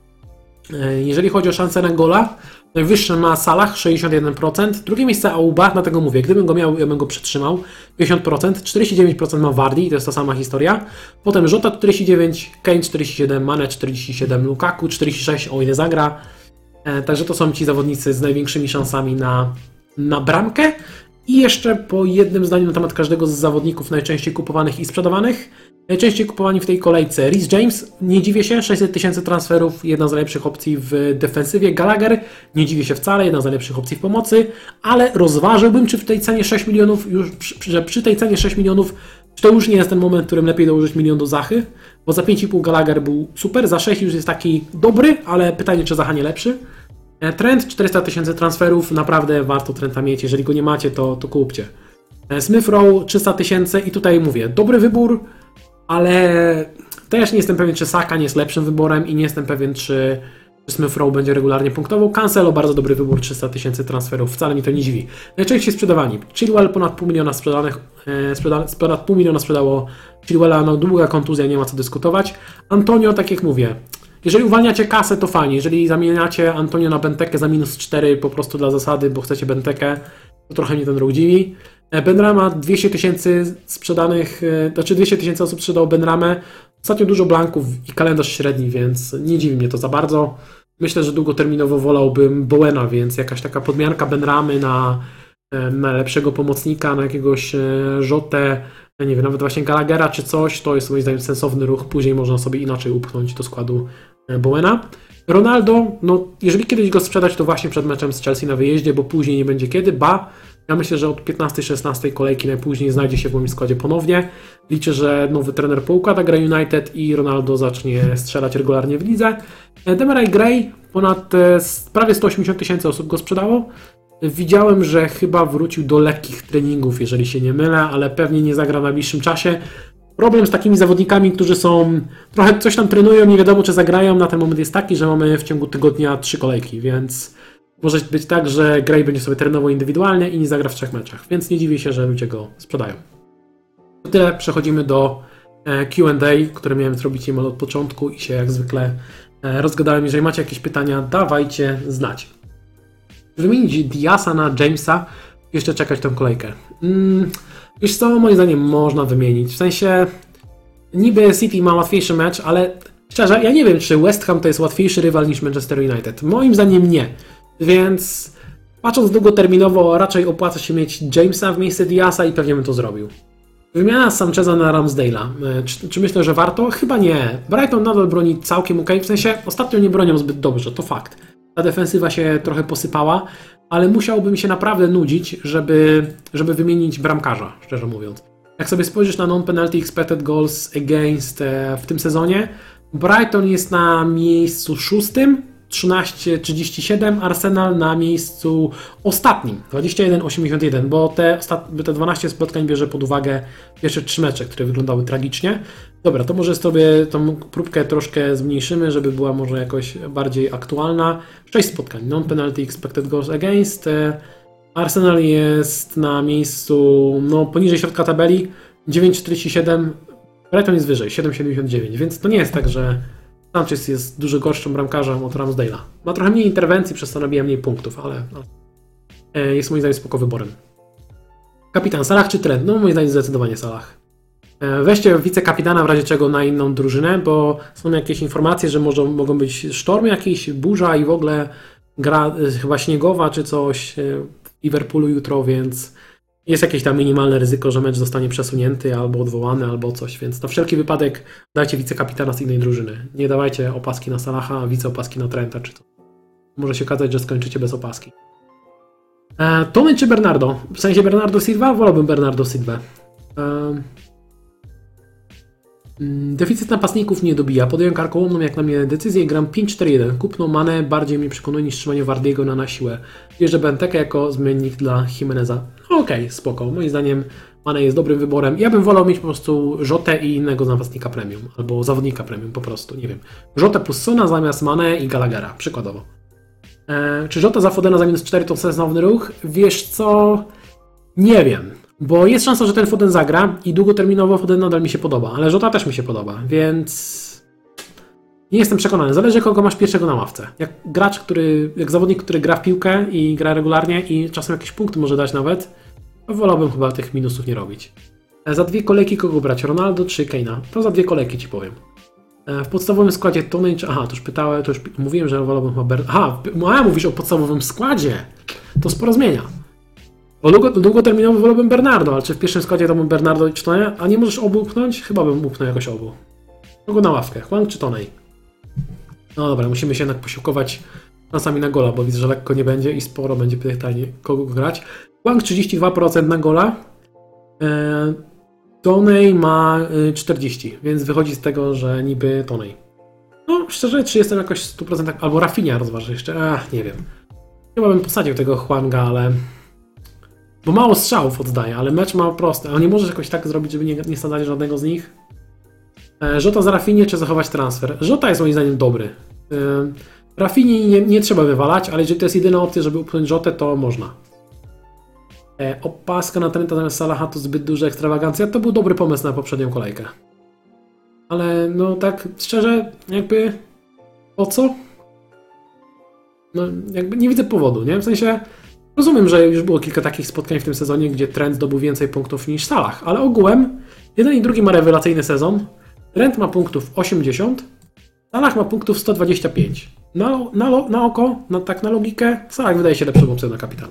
Jeżeli chodzi o szansę na gola, najwyższe ma Salah sześćdziesiąt jeden procent, drugie miejsce Auba, dlatego mówię, gdybym go miał, ja bym go przytrzymał, pięćdziesiąt procent, czterdzieści dziewięć procent ma Vardy, to jest ta sama historia, potem Jota czterdzieści dziewięć procent, Kane czterdzieści siedem procent, Mane czterdzieści siedem procent, Lukaku czterdzieści sześć procent, o ile zagra, także to są ci zawodnicy z największymi szansami na, na bramkę. I jeszcze po jednym zdaniu na temat każdego z zawodników najczęściej kupowanych i sprzedawanych. Najczęściej kupowani w tej kolejce Reece James, nie dziwię się, sześćset tysięcy transferów, jedna z najlepszych opcji w defensywie. Gallagher, nie dziwię się wcale, jedna z najlepszych opcji w pomocy, ale rozważyłbym, czy w tej cenie sześć milionów, już, że przy tej cenie sześć milionów, czy to już nie jest ten moment, w którym lepiej dołożyć milion do Zachy, bo za pięć i pół Gallagher był super, za sześć już jest taki dobry, ale pytanie, czy Zacha nie lepszy. Trent, czterysta tysięcy transferów, naprawdę warto Trenta mieć, jeżeli go nie macie, to, to kupcie. Smith Rowe, trzysta tysięcy i tutaj mówię, dobry wybór, ale też nie jestem pewien, czy Saka nie jest lepszym wyborem i nie jestem pewien, czy Smith Rowe będzie regularnie punktował. Cancelo, bardzo dobry wybór, trzysta tysięcy transferów, wcale mi to nie dziwi. Najczęściej sprzedawani. Chilwell, ponad pół miliona sprzedanych, e, sprzeda, ponad pół miliona sprzedało Chilwella, no długa kontuzja, nie ma co dyskutować. Antonio, tak jak mówię, jeżeli uwalniacie kasę, to fajnie. Jeżeli zamieniacie Antonio na Bentekę za minus cztery po prostu dla zasady, bo chcecie Bentekę, to trochę mnie ten ruch dziwi. Benrama, dwieście tysięcy sprzedanych, znaczy dwieście tysięcy osób sprzedało Benramę. Ostatnio dużo blanków i kalendarz średni, więc nie dziwi mnie to za bardzo. Myślę, że długoterminowo wolałbym Bowena, więc jakaś taka podmianka Benramy na, na lepszego pomocnika, na jakiegoś Jotę, nie wiem, nawet właśnie Gallaghera czy coś, to jest moim zdaniem sensowny ruch. Później można sobie inaczej upchnąć do składu Bowena. Ronaldo, no jeżeli kiedyś go sprzedać, to właśnie przed meczem z Chelsea na wyjeździe, bo później nie będzie kiedy, ba, ja myślę, że od piętnastej szesnastej kolejki najpóźniej znajdzie się w moim składzie ponownie. Liczę, że nowy trener poukłada grę United i Ronaldo zacznie strzelać regularnie w lidze. Demarai Gray, ponad prawie sto osiemdziesiąt tysięcy osób go sprzedało. Widziałem, że chyba wrócił do lekkich treningów, jeżeli się nie mylę, ale pewnie nie zagra w najbliższym czasie. Problem z takimi zawodnikami, którzy są trochę coś tam trenują, nie wiadomo czy zagrają, na ten moment jest taki, że mamy w ciągu tygodnia trzy kolejki, więc może być tak, że Gray będzie sobie trenował indywidualnie i nie zagra w trzech meczach, więc nie dziwię się, że ludzie go sprzedają. To tyle, przechodzimy do Q and A, które miałem zrobić niemal od początku i się jak zwykle rozgadałem. Jeżeli macie jakieś pytania, dawajcie znać. wymienić Diasa na Jamesa, jeszcze czekać tę kolejkę. Mm, wiesz co, moim zdaniem można wymienić. W sensie, niby City ma łatwiejszy mecz, ale szczerze, ja nie wiem, czy West Ham to jest łatwiejszy rywal niż Manchester United. Moim zdaniem nie. Więc patrząc długoterminowo, raczej opłaca się mieć Jamesa w miejsce Diasa i pewnie bym to zrobił. Wymiana Sancheza na Ramsdale'a. Czy, czy myślę, że warto? Chyba nie. Brighton nadal broni całkiem ok. W sensie ostatnio nie bronią zbyt dobrze, to fakt. Ta defensywa się trochę posypała, ale musiałbym się naprawdę nudzić, żeby, żeby wymienić bramkarza, szczerze mówiąc. Jak sobie spojrzysz na non-penalty expected goals against w tym sezonie, Brighton jest na miejscu szóstym, trzynaście trzydzieści siedem, Arsenal na miejscu ostatnim, dwadzieścia jeden osiemdziesiąt jeden, bo te, te dwanaście spotkań bierze pod uwagę pierwsze trzy mecze, które wyglądały tragicznie. Dobra, to może sobie tą próbkę troszkę zmniejszymy, żeby była może jakoś bardziej aktualna. sześć spotkań, non-penalty expected goals against. Arsenal jest na miejscu no, poniżej środka tabeli, dziewięć czterdzieści siedem, Brighton jest wyżej, siedem siedemdziesiąt dziewięć, więc to nie jest tak, że Sanchez jest dużo gorszym bramkarzem od Ramsdale'a. Ma trochę mniej interwencji, przez to nabija mniej punktów, ale no, jest moim zdaniem spoko wyborem. Kapitan, Salah czy Trent? No moim zdaniem zdecydowanie Salah. Weźcie wicekapitana w razie czego na inną drużynę, bo są jakieś informacje, że może, mogą być sztormy jakieś, burza i w ogóle gra chyba śniegowa czy coś w Liverpoolu jutro, więc jest jakieś tam minimalne ryzyko, że mecz zostanie przesunięty albo odwołany, albo coś, więc na wszelki wypadek dajcie wicekapitana z innej drużyny. Nie dawajcie opaski na Salaha, a wiceopaski na Trenta czy to. Może się okazać, że skończycie bez opaski. E, Tony czy Bernardo? W sensie Bernardo Silva? Wolałbym Bernardo Silva. E, Deficyt napastników nie dobija. Podjąłem karkołomną jak na mnie decyzję i gram pięć cztery jeden. Kupno Mane bardziej mnie przekonuje niż trzymanie Wardiego na na siłę. Bierze Bentekę jako zmiennik dla Jimeneza. Okej, okay, spoko. Moim zdaniem Mane jest dobrym wyborem. Ja bym wolał mieć po prostu Jotę i innego napastnika premium. Albo zawodnika premium po prostu, nie wiem. Jotę plus Sona zamiast Mane i Gallaghera, przykładowo. Eee, czy Jota za Fodena za minus cztery to sensowny ruch? Wiesz co? Nie wiem. Bo jest szansa, że ten Foden zagra i długoterminowo Foden nadal mi się podoba, ale Jota też mi się podoba, więc nie jestem przekonany. Zależy, kogo masz pierwszego na ławce. Jak gracz, który, jak zawodnik, który gra w piłkę i gra regularnie i czasem jakieś punkty może dać nawet, to wolałbym chyba tych minusów nie robić. Za dwie kolejki kogo brać? Ronaldo czy Kane'a? To za dwie kolejki ci powiem. W podstawowym składzie Tony czy... Aha, to już pytałem, to już mówiłem, że wolałbym chyba... Ber... Aha, a mówisz o podstawowym składzie. To sporo zmienia. Bo długo, długoterminowo wolałbym Bernardo, ale czy w pierwszym składzie to bym Bernardo czy Tony? A nie możesz obu upchnąć? Chyba bym upchnął jakoś obu. Kogo na ławkę? Hwang czy Tony? No dobra, musimy się jednak posiłkować szansami na gola, bo widzę, że lekko nie będzie i sporo będzie pytanie, kogo grać. Hwang trzydzieści dwa procent na gola. Eee, Tony ma czterdzieści procent, więc wychodzi z tego, że niby Tony. No szczerze, czy jestem jakoś w stu procentach... Albo Rafinha rozważę jeszcze? Ach, nie wiem. Chyba bym posadził tego Hwanga, ale... Bo mało strzałów oddaje, ale mecz ma prosty. A nie możesz jakoś tak zrobić, żeby nie, nie sadzić żadnego z nich? E, Jota za Rafinie czy zachować transfer? Jota jest moim zdaniem dobry. E, Rafini nie, nie trzeba wywalać, ale jeżeli to jest jedyna opcja, żeby upchnąć Jotę, to można. E, opaska na Trenta zamiast Salaha to zbyt duża ekstrawagancja. To był dobry pomysł na poprzednią kolejkę. Ale no tak szczerze, jakby po co? No jakby nie widzę powodu, nie? W sensie rozumiem, że już było kilka takich spotkań w tym sezonie, gdzie Trent zdobył więcej punktów niż Salah, ale ogółem jeden i drugi ma rewelacyjny sezon. Trent ma punktów osiemdziesiąt, Salah ma punktów sto dwadzieścia pięć. Na, na, na oko, na, tak na logikę, Salah wydaje się lepszą opcją na kapitana.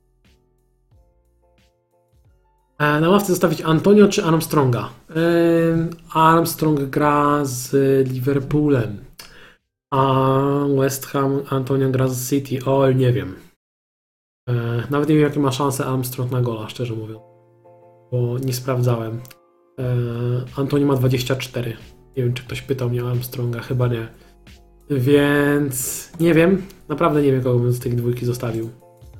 E, na ławce zostawić Antonio czy Armstronga? E, Armstrong gra z Liverpoolem, a West Ham Antonio gra z City. Oj, nie wiem. Nawet nie wiem, jakie ma szanse Armstrong na gola, szczerze mówiąc. Bo nie sprawdzałem. Antoni ma dwadzieścia cztery. Nie wiem, czy ktoś pytał mnie o Armstronga, chyba nie. Więc nie wiem. Naprawdę nie wiem, kogo bym z tych dwójki zostawił.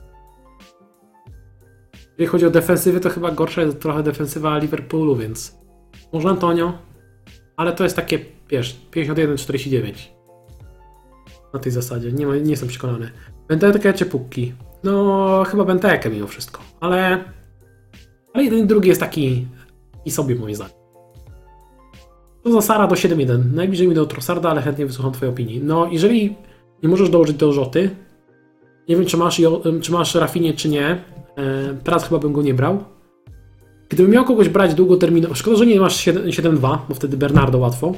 Jeżeli chodzi o defensywę, to chyba gorsza jest trochę defensywa Liverpoolu, więc może Antonio. Ale to jest takie, wiesz, pięćdziesiąt jeden czterdzieści dziewięć. Na tej zasadzie. Nie, ma, nie jestem przekonany. Benteke czy Pukki? No, chyba Bentekę mimo wszystko, ale, ale jeden i drugi jest taki i sobie moim zdaniem. To za Sara do siedem jeden. Najbliżej mi do Trossarda, ale chętnie wysłucham twojej opinii. No, jeżeli nie możesz dołożyć do Joty Nie wiem, czy masz, czy masz Rafinie, czy nie. Teraz chyba bym go nie brał. Gdybym miał kogoś brać długoterminowo, szkoda, że nie masz siedem dwa, bo wtedy Bernardo łatwo.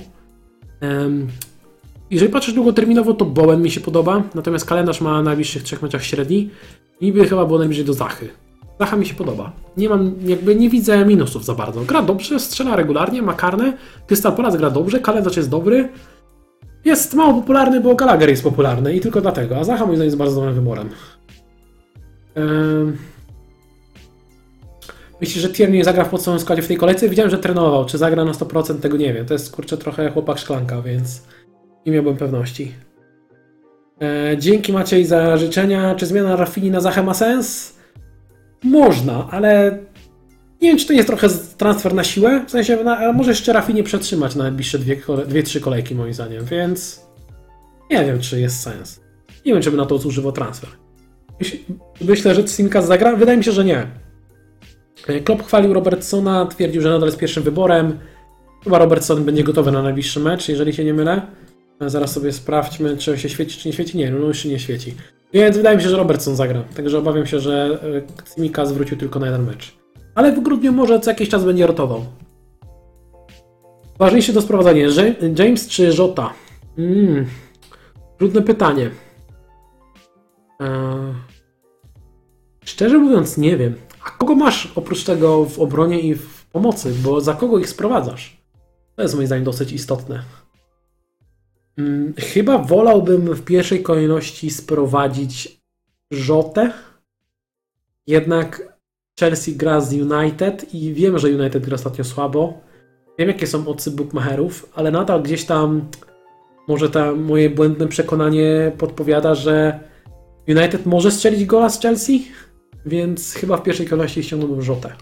Jeżeli patrzysz długoterminowo, to Bowen mi się podoba, natomiast kalendarz ma na najbliższych trzech meczach średni. Niby chyba było najbliżej do Zachy. Zacha mi się podoba. Nie mam, jakby nie widzę minusów za bardzo. Gra dobrze, strzela regularnie, ma karne. Crystal Palace gra dobrze, kalendarz jest dobry. Jest mało popularny, bo Gallagher jest popularny i tylko dlatego. A Zacha moim zdaniem jest bardzo dobrym wyborem. Ehm... Myślisz, że Tierney zagra w podstawowym składzie w tej kolejce? Widziałem, że trenował. Czy zagra na sto procent, tego nie wiem. To jest, kurczę, trochę chłopak szklanka, więc nie miałbym pewności. Eee, dzięki Maciej za życzenia. Czy zmiana Rafini na Zachę ma sens? Można, ale nie wiem, czy to jest trochę transfer na siłę. W sensie, na, może jeszcze Rafinie przetrzymać na najbliższe dwie, dwie, trzy kolejki, moim zdaniem, więc nie wiem, czy jest sens. Nie wiem, czy by na to zużywał transfer. Myślę, że Tsimikas zagra? Wydaje mi się, że nie. Klopp chwalił Robertsona, twierdził, że nadal jest pierwszym wyborem. Chyba Robertson będzie gotowy na najbliższy mecz, jeżeli się nie mylę. Zaraz sobie sprawdźmy, czy on się świeci, czy nie świeci. Nie, no już się nie świeci. Więc wydaje mi się, że Robertson zagra. Także obawiam się, że Tsimikas wrócił tylko na jeden mecz. Ale w grudniu może co jakiś czas będzie rotował. Ważniejsze do sprowadzenia. James czy Jota? Mm, trudne pytanie. Eee, szczerze mówiąc, nie wiem. A kogo masz oprócz tego w obronie i w pomocy? Bo za kogo ich sprowadzasz? To jest moim zdaniem dosyć istotne. Hmm, chyba wolałbym w pierwszej kolejności sprowadzić Jotę. Jednak Chelsea gra z United i wiem, że United gra ostatnio słabo. Wiem, jakie są odcy bookmacherów, ale nadal gdzieś tam może ta moje błędne przekonanie podpowiada, że United może strzelić gola z Chelsea. Więc chyba w pierwszej kolejności ściągnąłbym Jotę.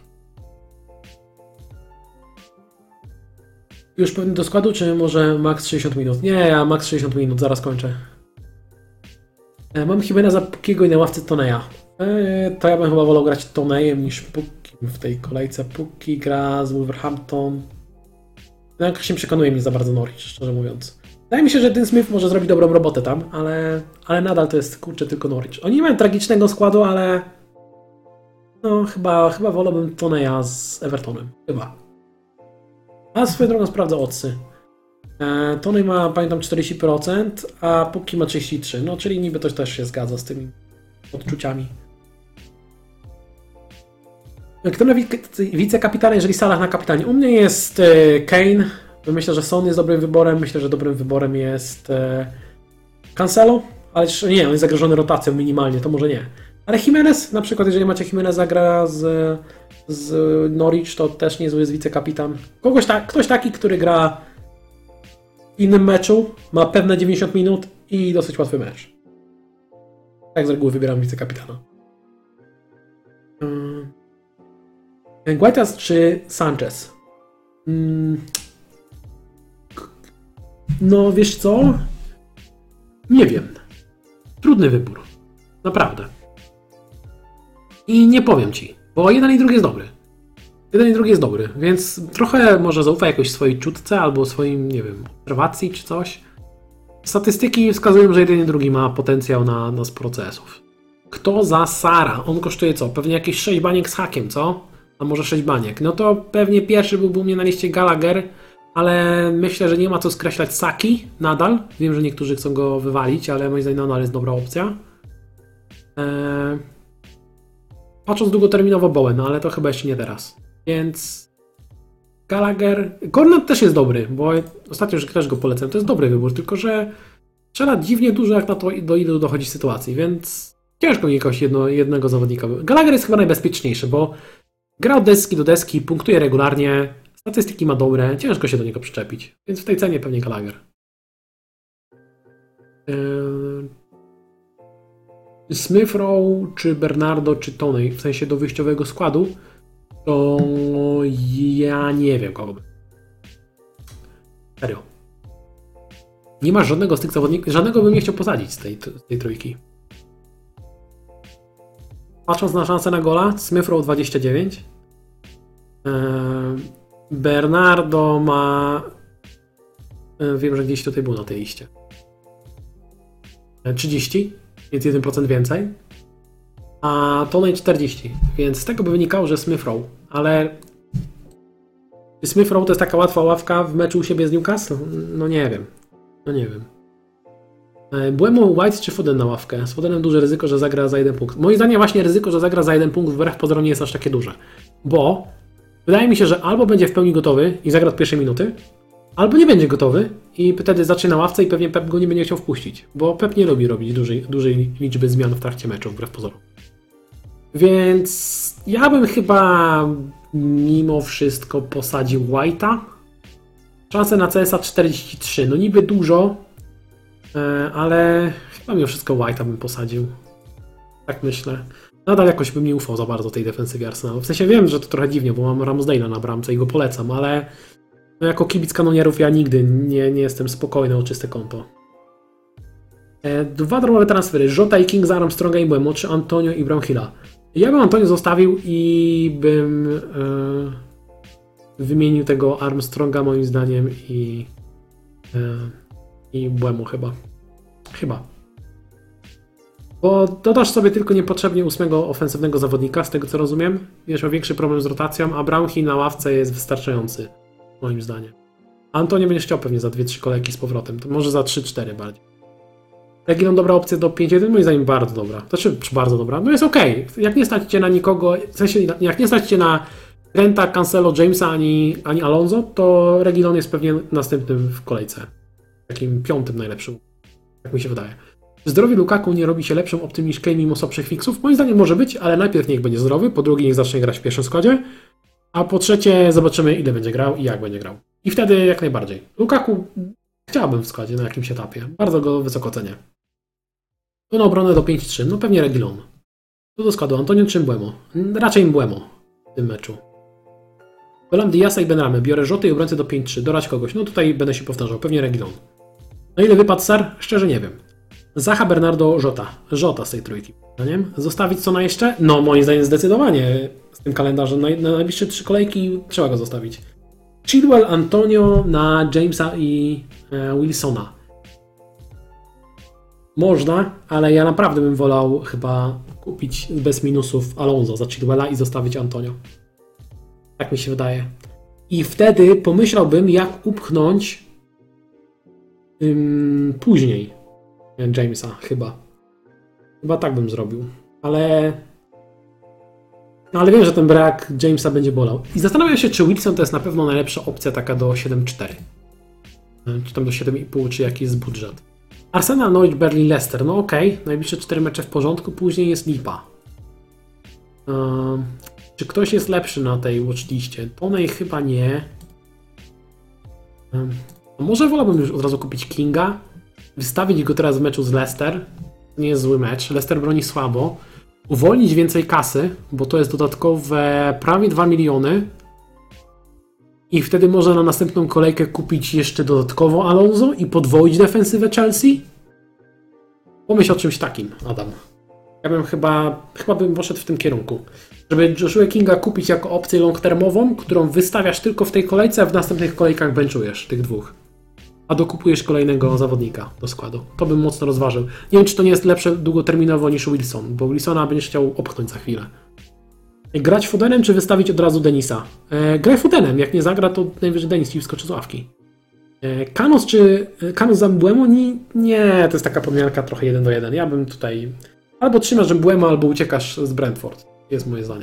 Już pewny do składu, czy może max sześćdziesiąt minut? Nie, ja max sześćdziesiąt minut, zaraz kończę. Mam Jimeneza, Pukiego i na ławce Toneja. Eee, to ja bym chyba wolał grać Tonejem niż Puki w tej kolejce. Puki gra z Wolverhampton. No jakoś nie przekonuje mnie za bardzo Norwich, szczerze mówiąc. Wydaje mi się, że Dean Smith może zrobić dobrą robotę tam, ale, ale nadal to jest, kurczę, tylko Norwich. Oni nie mają tragicznego składu, ale no chyba, chyba wolałbym Toneja z Evertonem. Chyba. A swoją drogą sprawdzę oddsy. E, Tony ma, pamiętam, czterdzieści procent, a Puki ma trzydzieści trzy procent. No, czyli niby to też się zgadza z tymi odczuciami. Kto na wicekapitanie, jeżeli Salah na kapitanie? U mnie jest e, Kane. Myślę, że Son jest dobrym wyborem. Myślę, że dobrym wyborem jest e, Cancelo. Ale nie, on jest zagrożony rotacją minimalnie, to może nie. Ale Jimenez, na przykład, jeżeli macie Jimeneza gra z, z Norwich, to też niezły jest wicekapitan. Kogoś ta, ktoś taki, który gra w innym meczu, ma pewne dziewięćdziesiąt minut i dosyć łatwy mecz. Tak z reguły wybieram wicekapitana. Hmm. Guaitas czy Sanchez? Hmm. No wiesz co? Nie wiem. Trudny wybór. Naprawdę. I nie powiem ci, bo jeden i drugi jest dobry. Jeden i drugi jest dobry, więc trochę może zaufaj jakoś swojej czutce albo swoim, nie wiem, obserwacji czy coś. Statystyki wskazują, że jeden i drugi ma potencjał na, na sporo C S-ów. Kto za Sara? On kosztuje co? Pewnie jakieś sześć baniek z hakiem, co? A może sześć baniek. No to pewnie pierwszy byłby u mnie na liście Gallagher, ale myślę, że nie ma co skreślać Saki nadal. Wiem, że niektórzy chcą go wywalić, ale moim zdaniem nadal jest dobra opcja. Eee... Patrząc długoterminowo Bowen, no ale to chyba jeszcze nie teraz. Więc Gallagher... Cornet też jest dobry, bo ostatnio już też go polecam. To jest dobry wybór, tylko że strzela dziwnie dużo, jak na to, do ilu dochodzi sytuacji, więc ciężko jakoś jedno, jednego zawodnika. Gallagher jest chyba najbezpieczniejszy, bo gra od deski do deski, punktuje regularnie, statystyki ma dobre, ciężko się do niego przyczepić, więc w tej cenie pewnie Gallagher. Yy... Smith Rowe, czy Bernardo, czy Tony, w sensie do wyjściowego składu, to ja nie wiem kogo by. Serio. Nie ma żadnego z tych zawodników, żadnego bym nie chciał posadzić z tej, z tej trójki. Patrząc na szansę na gola, Smith Rowe dwadzieścia dziewięć. Bernardo ma... Wiem, że gdzieś tutaj był na tej liście. trzydzieści. więc jeden procent więcej. A Toney czterdzieści, więc z tego by wynikało, że Smith Rowe. Ale czy Smith Rowe to jest taka łatwa ławka w meczu u siebie z Newcastle? No nie wiem. No nie wiem. Mbeumo, White czy Foden na ławkę? Z Fodenem duże ryzyko, że zagra za jeden punkt. Moim zdaniem właśnie ryzyko, że zagra za jeden punkt wbrew pozorom nie jest aż takie duże. Bo wydaje mi się, że albo będzie w pełni gotowy i zagra od pierwszej minuty, albo nie będzie gotowy i wtedy zacznie na ławce i pewnie Pep go nie będzie chciał wpuścić. Bo Pep nie lubi robić dużej, dużej liczby zmian w trakcie meczu wbrew pozorom. Więc ja bym chyba mimo wszystko posadził White'a. Szanse na C S A czterdzieści trzy, no niby dużo, ale chyba mimo wszystko White'a bym posadził. Tak myślę. Nadal jakoś bym nie ufał za bardzo tej defensywie Arsenalu. W sensie wiem, że to trochę dziwnie, bo mam Ramsdale'a na bramce i go polecam, ale no jako kibic kanonierów ja nigdy nie, nie jestem spokojny o czyste konto. E, dwa darmowe transfery. Jota i King za Armstronga i Mbeumo, czy Antonio i Brownhilla. Ja bym Antonio zostawił i bym e, wymienił tego Armstronga moim zdaniem i e, i Mbeumo chyba. Chyba. Bo dodasz sobie tylko niepotrzebnie ósmego ofensywnego zawodnika, z tego co rozumiem. Wiesz, ma większy problem z rotacją, a Brownhill na ławce jest wystarczający, moim zdaniem. Antonio będziesz chciał pewnie za dwie trzy kolejki z powrotem, to może za trzy cztery bardziej. Reguilon dobra opcja do pięć jeden, moim zdaniem bardzo dobra. Znaczy, bardzo dobra. No jest okej. Okay. Jak nie stać cię na nikogo, w sensie jak nie stać cię na Trenta, Cancelo, Jamesa ani, ani Alonso, to Reguilon jest pewnie następnym w kolejce. Takim piątym najlepszym, jak mi się wydaje. Zdrowie Lukaku nie robi się lepszą opcją niż Kane mimo słabszych fixów? Moim zdaniem może być, ale najpierw niech będzie zdrowy, po drugie niech zacznie grać w pierwszym składzie, a po trzecie zobaczymy ile będzie grał i jak będzie grał. I wtedy jak najbardziej. Lukaku chciałbym w składzie na jakimś etapie. Bardzo go wysoko cenię. Tu na obronę do pięć trzy, no pewnie Reguilon. Tu do składu Antonio czy Mbeumo? Raczej Mbeumo w tym meczu. Dolam Diasa i Benrahmy. Biorę Jotę i obrońcę do pięć trzy. Dorać kogoś. No tutaj będę się powtarzał. Pewnie Reguilon. Na ile wypadł Sar? Szczerze nie wiem. Zaha, Bernardo, Jota. Jota z tej trójki. Zdaniem. Zostawić co na jeszcze? No moim zdaniem zdecydowanie z tym kalendarzem. Na, na najbliższe trzy kolejki trzeba go zostawić. Chilwell, Antonio na Jamesa i e, Wilsona. Można, ale ja naprawdę bym wolał chyba kupić bez minusów Alonso za Chilwella i zostawić Antonio. Tak mi się wydaje. I wtedy pomyślałbym, jak upchnąć ym, później Jamesa, chyba. Chyba tak bym zrobił. Ale... No ale wiem, że ten brak Jamesa będzie bolał. I zastanawiam się, czy Wilson to jest na pewno najlepsza opcja taka do siedem cztery. Czy tam do siedem i pół, czy jaki jest budżet. Arsenal, Norwich, Berlin, Leicester. No okej, okay. Najbliższe cztery mecze w porządku, później jest lipa. Um, czy ktoś jest lepszy na tej watchliście? Toney chyba nie. Um, może wolałbym już od razu kupić Kinga, wystawić go teraz w meczu z Leicester. Nie jest zły mecz. Leicester broni słabo. Uwolnić więcej kasy, bo to jest dodatkowe prawie dwa miliony. I wtedy można na następną kolejkę kupić jeszcze dodatkowo Alonso i podwoić defensywę Chelsea? Pomyśl o czymś takim, Adam. Ja bym chyba, chyba bym poszedł w tym kierunku. Żeby Joshua Kinga kupić jako opcję long-termową, którą wystawiasz tylko w tej kolejce, a w następnych kolejkach benchujesz tych dwóch. A dokupujesz kolejnego zawodnika do składu. To bym mocno rozważył. Nie wiem, czy to nie jest lepsze długoterminowo niż Wilson, bo Wilsona będziesz chciał opchnąć za chwilę. Grać Fodenem, czy wystawić od razu Denisa? E, graj Fodenem, jak nie zagra, to najwyżej Denis ci wskoczy z ławki. E, Kanos czy Kanos za Mbeumo? Nie, nie, to jest taka podmianka trochę jeden do jeden. Ja bym tutaj albo trzymasz Mbeumo, albo uciekasz z Brentford. Jest moje zdanie.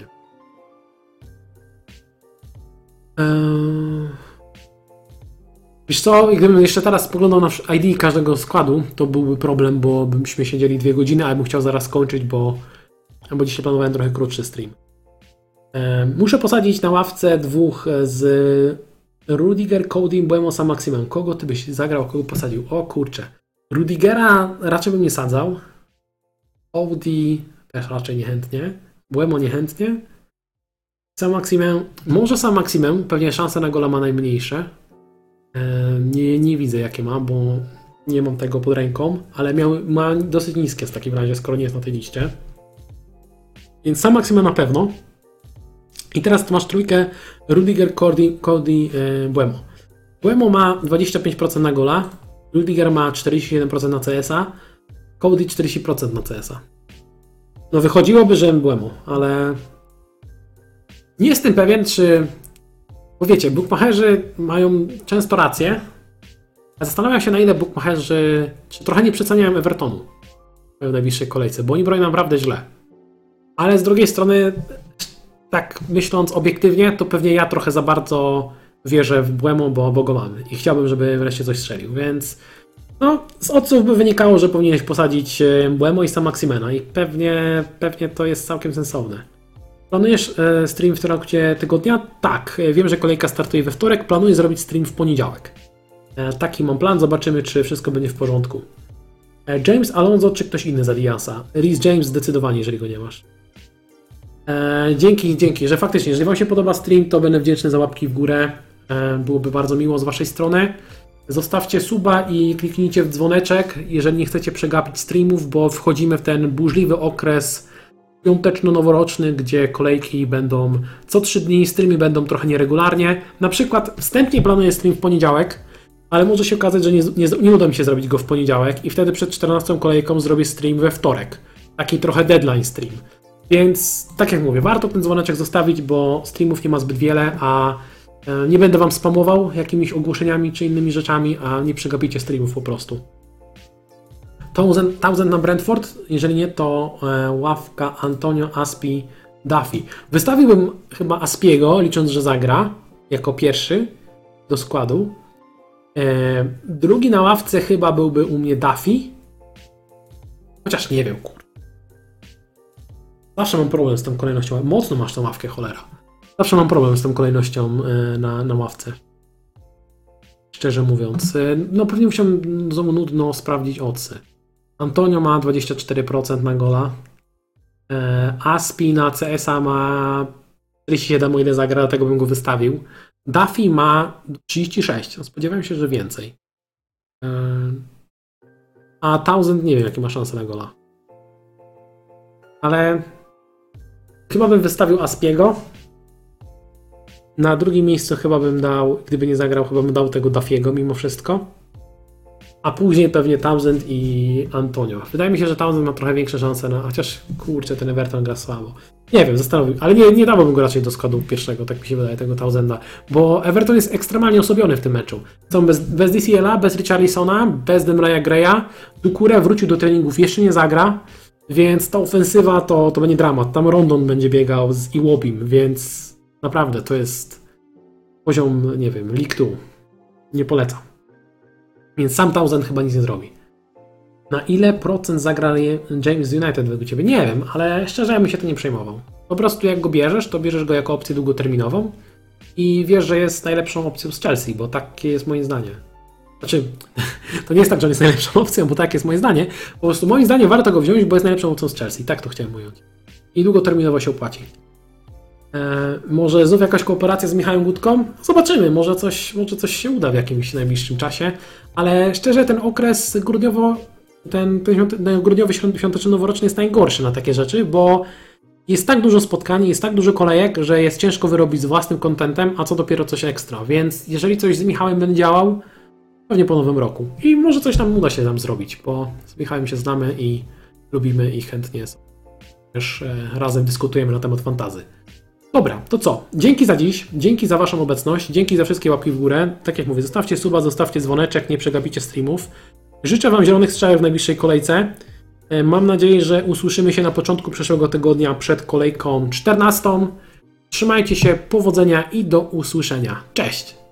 Eee... Wiesz co, gdybym jeszcze teraz spoglądał na I D każdego składu, to byłby problem, bo byśmy siedzieli dwie godziny, a ja bym chciał zaraz skończyć, bo, bo dzisiaj planowałem trochę krótszy stream. Muszę posadzić na ławce dwóch z Rudiger, Cody, Mbeumo, Sam Maximem. Kogo ty byś zagrał, kogo posadził? O kurczę. Rudigera raczej bym nie sadzał. Cody też raczej niechętnie. Mbeumo niechętnie. Sam Maximem, może Sam Maximem, pewnie szanse na gola ma najmniejsze. Nie, nie widzę jakie ma, bo nie mam tego pod ręką, ale miał, ma dosyć niskie w takim razie, skoro nie jest na tej liście. Więc Sam Maximem na pewno. I teraz tu masz trójkę Rudiger, Cody, Cody yy, Mbeumo. Mbeumo ma dwadzieścia pięć procent na gola, Rudiger ma czterdzieści jeden procent na C S A, Cody czterdzieści procent na C S a. No wychodziłoby, że Mbłemu, ale nie jestem pewien, czy... Bo wiecie, bookmacherzy mają często rację, a zastanawiam się, na ile bookmacherzy czy trochę nie przeceniają Evertonu w najbliższej kolejce, bo oni bronią naprawdę źle. Ale z drugiej strony, tak myśląc obiektywnie, to pewnie ja trochę za bardzo wierzę w Mbłemu, bo, bo go mamy i chciałbym, żeby wreszcie coś strzelił, więc no, z odców by wynikało, że powinieneś posadzić Mbłemu i Sam Maximena i pewnie, pewnie to jest całkiem sensowne. Planujesz e, stream w trakcie tygodnia? Tak, wiem, że kolejka startuje we wtorek, planuję zrobić stream w poniedziałek. E, taki mam plan, zobaczymy, czy wszystko będzie w porządku. E, James Alonso czy ktoś inny z Adiasa? Reece James zdecydowanie, jeżeli go nie masz. E, dzięki, dzięki, że faktycznie, jeżeli wam się podoba stream, to będę wdzięczny za łapki w górę. E, byłoby bardzo miło z waszej strony. Zostawcie suba i kliknijcie w dzwoneczek, jeżeli nie chcecie przegapić streamów, bo wchodzimy w ten burzliwy okres świąteczno-noworoczny, gdzie kolejki będą co trzy dni, streamy będą trochę nieregularnie. Na przykład wstępnie planuję stream w poniedziałek, ale może się okazać, że nie, nie, nie uda mi się zrobić go w poniedziałek i wtedy przed czternastą kolejką zrobię stream we wtorek. Taki trochę deadline stream. Więc tak jak mówię, warto ten dzwoneczek zostawić, bo streamów nie ma zbyt wiele, a nie będę wam spamował jakimiś ogłoszeniami czy innymi rzeczami, a nie przegapicie streamów po prostu. Townsend, Townsend na Brentford, jeżeli nie, to e, ławka Antonio, Aspi, Duffy. Wystawiłbym chyba Aspiego, licząc, że zagra jako pierwszy do składu. E, drugi na ławce chyba byłby u mnie Duffy. Chociaż nie wiem, kur. Zawsze mam problem z tą kolejnością. Mocno masz tą ławkę, cholera. Zawsze mam problem z tą kolejnością e, na, na ławce. Szczerze mówiąc. E, no pewnie musiałem znowu nudno sprawdzić odcy. Antonio ma dwadzieścia cztery procent na gola. E, Aspi na C S a ma czterdzieści siedem, o ile zagra, dlatego bym go wystawił. Duffy ma trzydzieści sześć. No, spodziewałem się, że więcej. E, a Townsend nie wiem, jakie ma szanse na gola. Ale chyba bym wystawił Aspiego. Na drugim miejscu chyba bym dał, gdyby nie zagrał, chyba bym dał tego Duffy'ego mimo wszystko. A później pewnie Townsend i Antonio. Wydaje mi się, że Townsend ma trochę większe szanse na... Chociaż, kurczę, ten Everton gra słabo. Nie wiem, zastanowił. Ale nie, nie dałbym go raczej do składu pierwszego, tak mi się wydaje, tego Townsenda. Bo Everton jest ekstremalnie osłabiony w tym meczu. Są bez, bez D C L a, bez Richarlisona, bez Demraya Greya. Doucouré wrócił do treningów, jeszcze nie zagra. Więc ta ofensywa to, to będzie dramat. Tam Rondon będzie biegał z Iwobim, więc naprawdę to jest poziom, nie wiem, League Two. Nie polecam. Więc sam Townsend chyba nic nie zrobi. Na ile procent zagra James United według Ciebie? Nie wiem, ale szczerze ja bym się to nie przejmował. Po prostu jak go bierzesz, to bierzesz go jako opcję długoterminową i wiesz, że jest najlepszą opcją z Chelsea, bo takie jest moje zdanie. Znaczy, to nie jest tak, że on jest najlepszą opcją, bo takie jest moje zdanie. Po prostu moim zdaniem warto go wziąć, bo jest najlepszą opcją z Chelsea. Tak to chciałem ująć. I długoterminowo się opłaci. Eee, może znów jakaś kooperacja z Michałem Gutką? Zobaczymy, może coś, może coś się uda w jakimś najbliższym czasie. Ale szczerze ten okres grudniowo, ten, ten, ten grudniowy świąteczno-noworoczny jest najgorszy na takie rzeczy, bo jest tak dużo spotkań, jest tak dużo kolejek, że jest ciężko wyrobić z własnym kontentem, a co dopiero coś ekstra. Więc jeżeli coś z Michałem będzie działał, pewnie po nowym roku. I może coś tam uda się tam zrobić, bo z Michałem się znamy i lubimy i chętnie też razem dyskutujemy na temat fantazy. Dobra, to co? Dzięki za dziś, dzięki za Waszą obecność, dzięki za wszystkie łapki w górę. Tak jak mówię, zostawcie suba, zostawcie dzwoneczek, nie przegapicie streamów. Życzę Wam zielonych strzałów w najbliższej kolejce. Mam nadzieję, że usłyszymy się na początku przyszłego tygodnia przed kolejką czternastą. Trzymajcie się, powodzenia i do usłyszenia. Cześć!